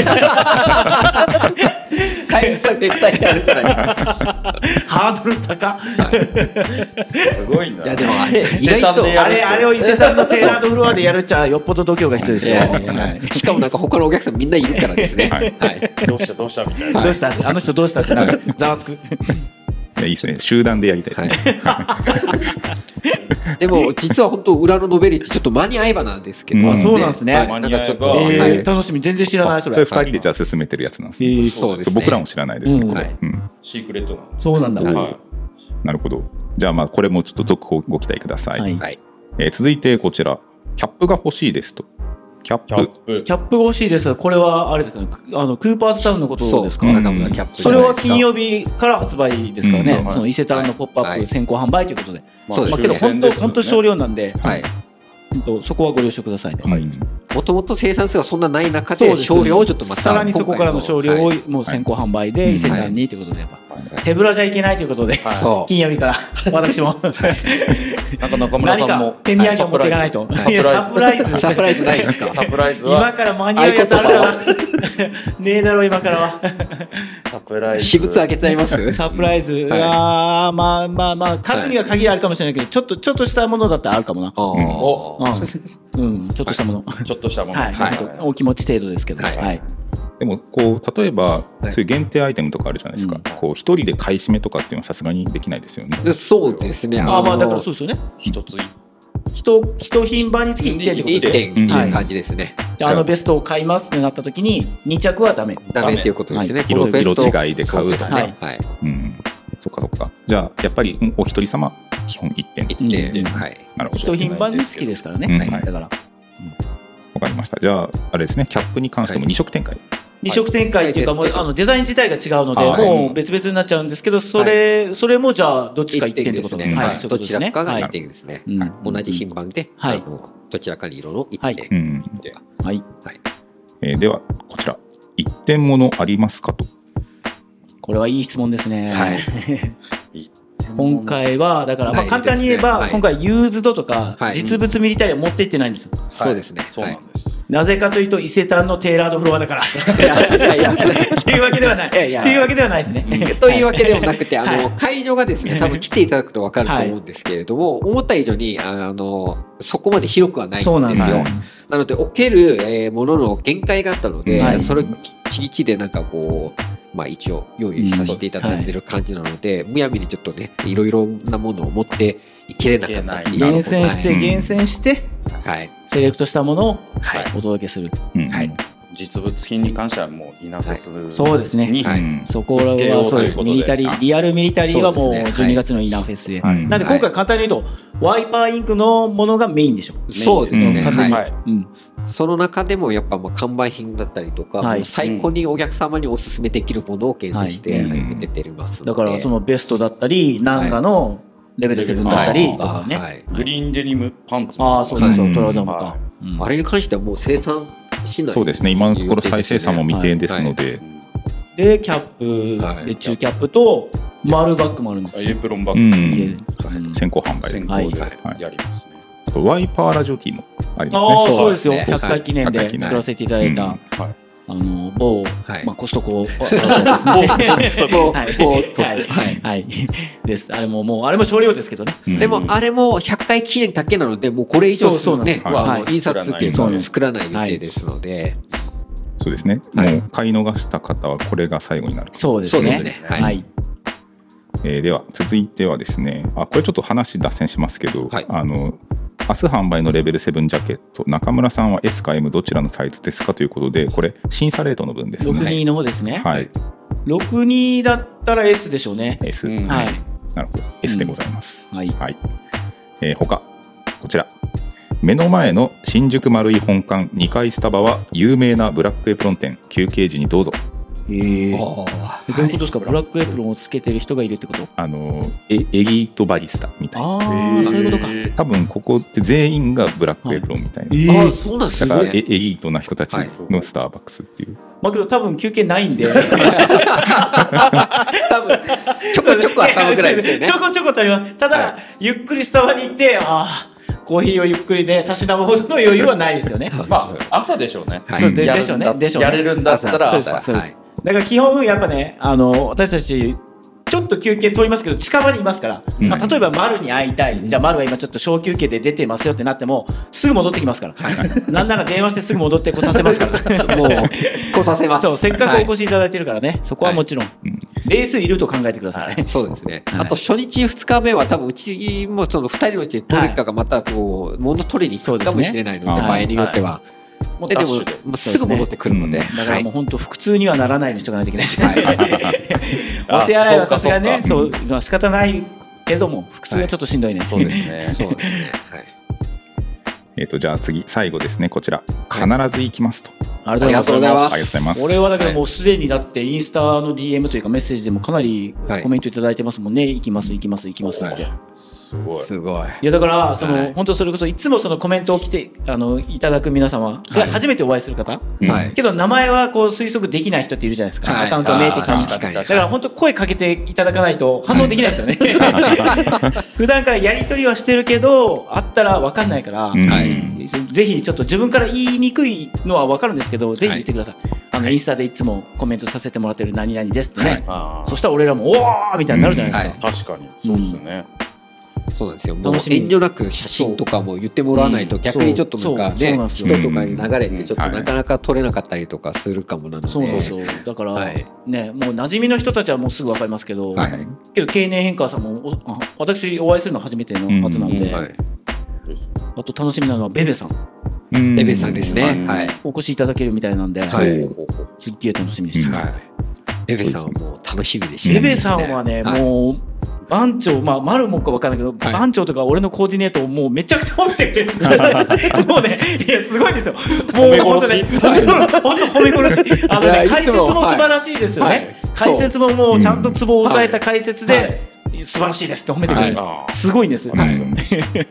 S3: 会員さん絶対やるから。
S2: ハードル高。
S4: すごいな。
S3: いやでもあれ
S2: 意外とあれあれを伊勢丹のテーラードフロアでやるっちゃよっぽど度胸が必要ですよ。
S3: しかもなんか他のお客さんみんないるからですね。はいはい、
S4: どうしたどうしたみたいな。
S2: どうしたあの人どうしたってなんかざわつく。い
S5: やいいですね。集団でやりたいですね。は
S3: でも実は本当裏のノベリティちょっと間に合えばなんですけど、
S2: うん、そうなんですね。
S3: はい、なんかちょっと、
S2: えーはい、楽しみ。全然知らないそれ。
S5: それふたりでじゃあ進めてるやつなんですね。えー、そうですね。僕らも知らないですね。うん、これ、うん、
S4: シークレットなんです。
S2: そうなんだ。はい、
S5: なるほど。じゃあまあこれもちょっと続報ご期待ください。はい、えー、続いてこちらキャップが欲しいですと。キャップ
S2: キャップが欲しいですが、これはあれですかね、あのクーパーズタウンのことですか。
S3: そう、中村キャップ。
S2: それは金曜日から発売ですからね。うん、その伊勢丹のポップアップ先行販売ということで。そうですね。まあ、けど本当本当少量なんで、はい、本当そこはご了承くださいね。はい。
S3: もともと生産数がそんなない中で少量をちょっとまた
S2: さらにそこからの少量をもう先行販売で伊勢丹にということでやっぱ。手ぶらじゃいけないということで、はい、金曜日から私も
S4: なんか中村さんも
S2: 手土産を持っていかないと。サプライズ
S3: サプライズないですか。
S4: サプライズは
S2: 今から間に合うやつあるからねえだろ今からは。
S4: サプライズ
S3: 私物あげちゃいます。
S2: サプライズはまあまあまあ数には限りあるかもしれないけど、ちょっとちょっとしたものだったらあるかもな。おうんちょっとしたもの
S4: ちょっとしたもの
S2: お気持ち程度ですけど。はい。
S5: でもこう例えばそういう限定アイテムとかあるじゃないですか、うん、こう一人で買い占めとかっていうのはさすがにできないですよね。
S3: そうですね。
S2: ああまあだからそうですよね。
S4: 一つ
S2: 一一品番につきいってんってこと
S3: ですね。いってんっていう感じですね。
S2: じゃああのベストを買いますってなった時にに着はダメ
S3: ダメっていうことですね。
S5: はい、色, 色違いで買うとかね。はい、うん、そっかそっか。じゃあやっぱりお一人様基本いってん。いってん、
S2: はい。なるほど。一品番につきですからね。うん、はい、だから。わ、
S5: うん、かりました。じゃああれですね、キャップに関してもに色展開。
S2: に色展開っていうか、もうあのデザイン自体が違うのでもう別々になっちゃうんですけど、それ、はい、それもじゃあどっちかいってんってことで、
S3: はい、どちらかがいってんですね。はい、同じ品番で、はい、あのどちらかに色のいってん。はいうん
S5: はいはいえー、ではこちらいってんものありますかと。
S2: これはいい質問ですね。はい今回はだからまあ簡単に言えば今回ユーズドとか実物ミリタリーは持っていってないんですよ。
S3: そうですね。
S4: そうなんです。
S2: なぜかというと伊勢丹のテーラードフロアだから。いやいやっていうわけではない。っていうわけではないですね。
S3: というわけでもなくてあの会場がですね多分来ていただくと分かると思うんですけれども思った以上にあのそこまで広くはないんですよ。なので置けるものの限界があったのでそれちぎちでなんかこう。まあ一応用意させていただいてる感じなので、うんはい、むやみにちょっとねいろいろなものを持っていけれなかった
S2: 厳選して、はい、厳選して、はい、セレクトしたものをお届けする、はいはい、
S4: 実物品に関してはもうイナフェスに、はい、
S2: そうですね、はい、そこはそうですミリタリーリアルミリタリーはもうじゅうにがつのイナフェスで、はい、なんで今回簡単に言うと、はい、ワイパーインクのものがメインでしょ。
S3: そうですね、はいはいうん、その中でもやっぱまあ完売品だったりとか、はい、最高にお客様にお勧めできるものを検索して、はいはい、出てますので、
S2: だからそのベストだったりナンガのレベルセブンだったりとかね、
S4: はい、グリーンデニムパンツ
S2: もああそうそうそうトラウザーもか、
S3: うん、あれに関してはもう生産しない。
S5: そうですね今のところ再生産も未定ですので、はいはい、
S2: でキャップ、はい、レッチューキャップと丸バッグもあるんです。
S4: エプロンバッグ、うん
S5: はい、先行販売
S4: 先行でやりますね、はい
S5: あとワイパーラジオティーもありますね。
S2: あそうですよ。ひゃっかい記念で作らせていただいた、はいうんはい、あの某、はいまあ、コストコですね。某はいはいですあれももうあれも少量ですけどね。
S3: うん、でもあれもひゃっかい記念だけなのでもうこれ以上そうねは印刷っていうのは作らない予定ですので。はい
S5: そうですね。もう買い逃した方はこれが最後になる。
S2: そうですね。はい。はい
S5: えー、では続いてはですねあこれちょっと話脱線しますけど、はい、あの明日販売のレベルセブンジャケット中村さんは エス か エム どちらのサイズですかということでこれ審査レートの分ですね。
S2: ろくじゅうにの方ですね。
S5: はい、
S2: ろくじゅうにだったら S でしょうね。
S5: S、
S2: うん、はい
S5: なるほど S でございます、
S2: うん、はい、はい
S5: えー、他こちら目の前の新宿丸井本館にかいスタバは有名なブラックエプロン店休憩時にどうぞ。
S2: えー、どういうことですか、はい、ブラックエプロンをつけてる人がいるってこと？
S5: あのエエリートバリスタみたいな。
S2: あー、そういうことか。
S5: 多分ここって全員がブラックエプロンみたいな、
S3: はい、あそうなんですね。
S5: だからエリートな人たちのスターバックスっていう、はい、
S2: まあけど多分休憩ないんで多分
S3: ちょこちょこは寒ぐらいですよね。
S2: ちょこちょことあります。ただ、はい、ゆっくりスタバに行ってあコーヒーをゆっくりでたしなむほどの余裕はないですよね。
S4: まあ朝でしょうね、
S2: はい、そう で, でしょうねでしょうね
S4: やれるんだったら朝。
S2: そうですそうです、はい、だから基本やっぱねあの私たちちょっと休憩取りますけど近場にいますから、うんまあ、例えば丸に会いたい、じゃあ丸は今ちょっと小休憩で出てますよってなってもすぐ戻ってきますから、はい、なんなら電話してすぐ戻って来させますからもう
S3: 来させます。
S2: そうせっかくお越しいただいてるからね、はい、そこはもちろん、
S5: うん
S2: レースいると考えてください。
S3: そうですね。あと初日ふつかめは多分うちもそのふたりのうちどれかがまたこう物取りに行くかもしれないので、場合によっては。
S4: もう
S3: でで
S4: ダッシュで
S3: ももうすぐ戻ってくるので、
S2: だからもう本当腹痛にはならないようにしとかないといけないですね。
S4: あ
S2: お手洗いはさすがにね、
S4: そ
S2: そうまあ仕方ないけども腹痛はちょっとしんどいね。
S4: そうですね。
S3: そうですね。はい。
S5: えっとじゃあ次最後ですね、こちら必ず行きますと。
S2: ありがとうございます。
S5: ありがとうございます。
S2: これはだけどもうすでにだってインスタの ディーエム というかメッセージでもかなりコメントいただいてますもんね。行きます行きます行きますって。
S4: すごい。
S3: すごい。
S2: いやだからその本当それこそいつもそのコメントを来てあのいただく皆様で初めてお会いする方、けど名前はこう推測できない人っているじゃないですか。アカウント名的に。だから本当声かけていただかないと反応できないですよね。普段からやり取りはしてるけど会ったら分かんないから、ぜひちょっと自分から言いにくいのは分かるんですけど、ぜひ言ってください。あのインスタでいつもコメントさせてもらってる何々ですってね、はい、そしたら俺らもおーみたいになるじゃないですか、
S4: うんはい、確かにそうですよね、
S3: うん、そうなんですよ。もう遠慮なく写真とかも言ってもらわないと逆にちょっとなんかね、人とかに流れてちょっとなかなか撮れなかったりとかするかもなので、
S2: そうそうそうだから、はい、ねもう馴染みの人たちはもうすぐ分かりますけど、はい、けど経年変化さんもお私お会いするの初めてのはずなんで、うんうんはい、あと楽しみなのはベベさん
S3: ベベさんですね、はい、
S2: お越しいただけるみたいなんで、はい、すっげえ楽しみにしてます、はい、
S3: ベベさんはもう楽しみでし
S2: ベベさんはね、はい、もう番長、まあ、丸もか分からないけど、はい、番長とか俺のコーディネートをもうめちゃくちゃ褒めてくれるんですもうね、いや、すごいんですよ。もう本当ね、本当褒め殺し。あのね、解説も素晴らしいですよね。はいはい、解説ももうちゃんとツボを押さえた解説で、はいはい素晴らしいですって褒めてくれるんです、はい、すごいんですよ、はい、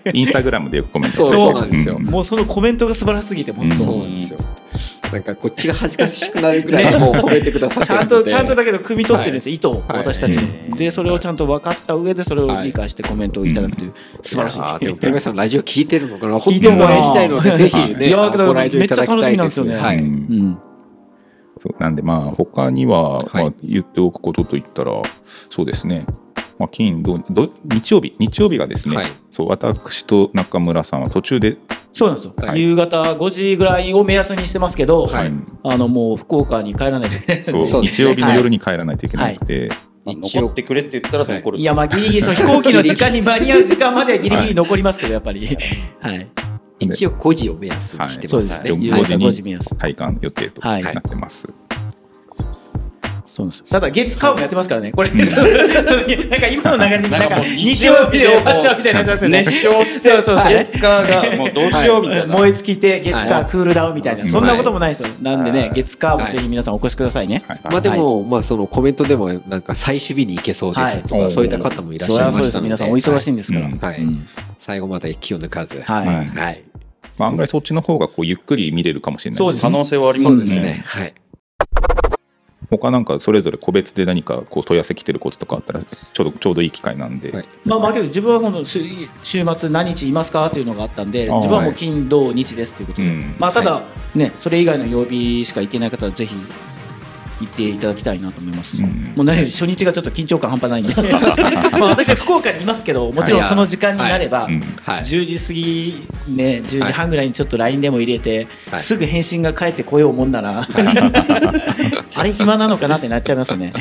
S5: インスタグラムでよくコメント
S3: そうそうなんですよ、
S2: うん、もうそのコメントが素晴らしすぎて本当、うん、
S3: そうなんですよ。なんかこっちが恥ずかしくなるぐらいもう褒めてくださってるので、
S2: ちゃんとちゃんとだけど汲み取ってるんですよ、はい、意図を私たちの、はい、でそれをちゃんと分かった上でそれを理解してコメントをいただくという、はい、素晴らしい、
S3: あでもペルメさんラジオ聞いてるのかな、本当にお会いしたいのでぜひねご来場いただきたいです。
S2: めっちゃ楽しみなんですよね、はい、うん
S5: そうなんでまあ他にはまあ言っておくことといったらそうですね、まあ、金土日曜日日曜日がですね、はい、そう私と中村さんは途中で
S2: そうなんですよ、はい、夕方ごじぐらいを目安にしてますけど、はい、あのもう福岡に帰らないといけない
S5: そうそう日曜日の夜に帰らないといけなくて、
S4: はい、残ってくれって言ったら残る、
S2: はい、いやまあギリギリそう飛行機の時間に間に合う時間まではギリギリ残りますけどやっぱりはい
S3: 一応ごじを目安にしてます、ね、はい、そうです
S5: ねごじに体感予定となってます、はい、
S2: そうですそうですただ月火もやってますからねこれなんか今の流れになんか日曜日で終わっちゃうみたいになってますよね。
S4: 熱唱して月火がもうどうしようみたいな、
S2: 燃え尽きて月火クールダウンみたいなそんなこともないですよ。なんでね月火もぜひ皆さんお越しくださいね。
S3: まあでもまあそのコメントでもなんか最終日に行けそうですとかそういった方もいらっしゃいましたので、
S2: 皆さんお忙しいんですから
S3: 最後まで気を抜かず
S5: はいまあ案外そっちの方がこうゆっくり見れるかもしれないです。
S4: 可能性はありますね。
S3: はい。
S5: 他なんかそれぞれ個別で何かこう問い合わせ来てることとかあったらちょうどちょうどいい機会なんで、はい、
S2: まあまあけど自分はこの週末何日いますかというのがあったんで自分はもう金土日ですということで、うん、まあただね、はい、それ以外の曜日しか行けない方はぜひ行っていただきたいなと思います、うん、もう何より初日がちょっと緊張感半端ないんでまあ私は福岡にいますけどもちろんその時間になればじゅうじ過ぎねじゅうじはんぐらいにちょっと ライン でも入れてすぐ返信が返ってこようもんならあれ暇なのかなってなっちゃいますよね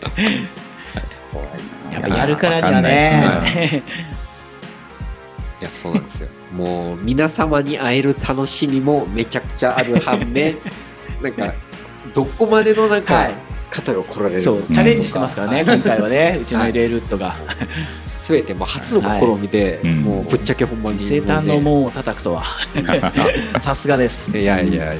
S2: やっぱやるからにはね
S3: いやそうなんですよもう皆様に会える楽しみもめちゃくちゃある反面なんかどこまでのなんか方が来られるのか、
S2: そうチャレンジしてますからね今回はねうちのエルエルウッドが
S3: すべてもう初の試みで、はい、もうぶっちゃけ本番に
S2: 生誕の門を叩くとはさすがです。
S3: いやいやいやいや、はい、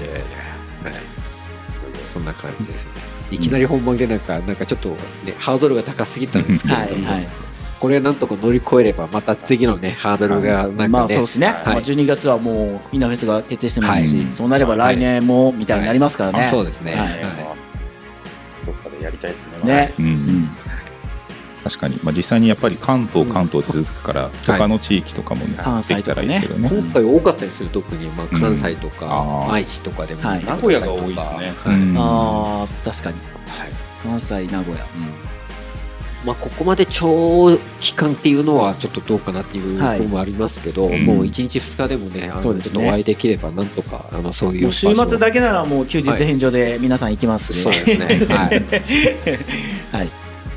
S3: そんな感じですね。いきなり本番でなんかなんかちょっとねハードルが高すぎたんですけれども、はいはい、これなんとか乗り越えればまた次のねハードルがなんかね、
S2: まあそうですね、はい、じゅうにがつはもうイナフェスが決定してますし、はい、そうなれば来年もみたいになりますからね、
S3: はい、そうですね、はいはい、
S4: どっかでやりたいですね。
S2: ね、うんうん、
S5: 確かに、まあ、実際にやっぱり関東関東って続くから、うん、他の地域とかも、ねはい、できたらいいですけどね。
S3: 今回多かったりする特に、まあ、関西とか、うん、愛知とかでも、
S4: はい、名古屋が多いですね、
S2: はいうん、あ確かに、はい、関西名古屋、うん
S3: まあ、ここまで長期間っていうのはちょっとどうかなっていうところもありますけど、はい、もういちにちふつかでもね、あのちょっとお会いできればなんとかあのそういう
S2: 週末だけならもう休日返上で皆さん行きますね、
S3: はい、そうですねはい、
S2: はい、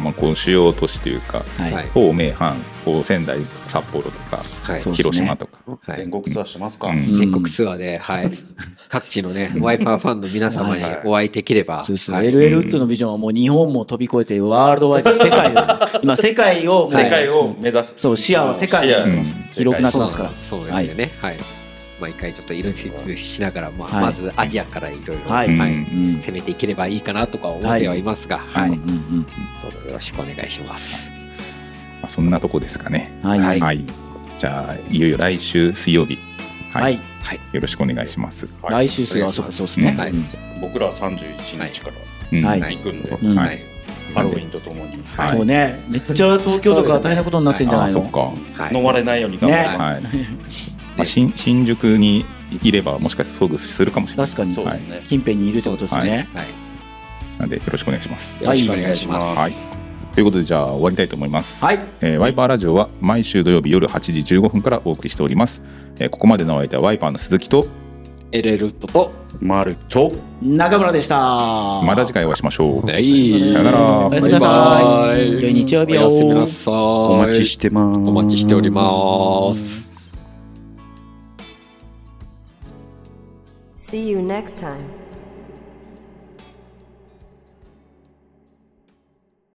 S5: まあこう主要都市というか、東名阪、こう仙台、札幌とか、広島とか、
S4: 全国ツアーしますか。
S3: 全国ツアーで、はい、各地のねワイパーファンの皆様にお会いできれば、
S2: エルエル ウッドのビジョンはもう日本も飛び越えてワールドワイド世界です。今世界を
S4: 世界を目指す。
S2: そう視野は世界になってます。広くなってますから。
S3: そうですよね。はい。毎回ちょっと色々しながら、まあ、まずアジアからいろいろ攻めていければいいかなとか思ってはいますが、はい、どうぞよろしくお願いします。
S5: まあ、そんなとこですかね。
S2: はい、はい
S5: はい、じゃあいよいよ来週水曜日、はい、はい、よろしくお願いします。
S2: はい、来週水曜日、そうですね。はい、
S4: 僕らはさんじゅういちにちから行くんで、はいはい、ハロウィンとともに、
S2: はい、そうね、めっちゃ東京とか大変なことになってんじゃないの？
S5: そっか、
S4: 飲まれないように頑張ります。
S5: まあ、新, 新宿にいればもしかして遭遇するかもしれない。
S2: 確かにそうですね、はい、近辺にいるってことですね。はいはい、
S5: なんでよろしくお願いします。
S3: よろしくお願いします。
S5: はい、ということでじゃあ終わりたいと思います。
S2: はい、
S5: えー、ワイパーラジオは毎週土曜日夜はちじじゅうごふんからお送りしております。えー、ここまでのお相手はワイパーの鈴木と
S3: エルエルウッドと
S4: マルと
S2: 中村でした。
S5: また次回お会いしましょう。
S3: はい、
S5: さよなら。
S2: おやすみなさい。良い日曜日を。
S3: おやすみなさい。
S4: お待ちしてます。
S3: お待ちしております。
S1: See you next time.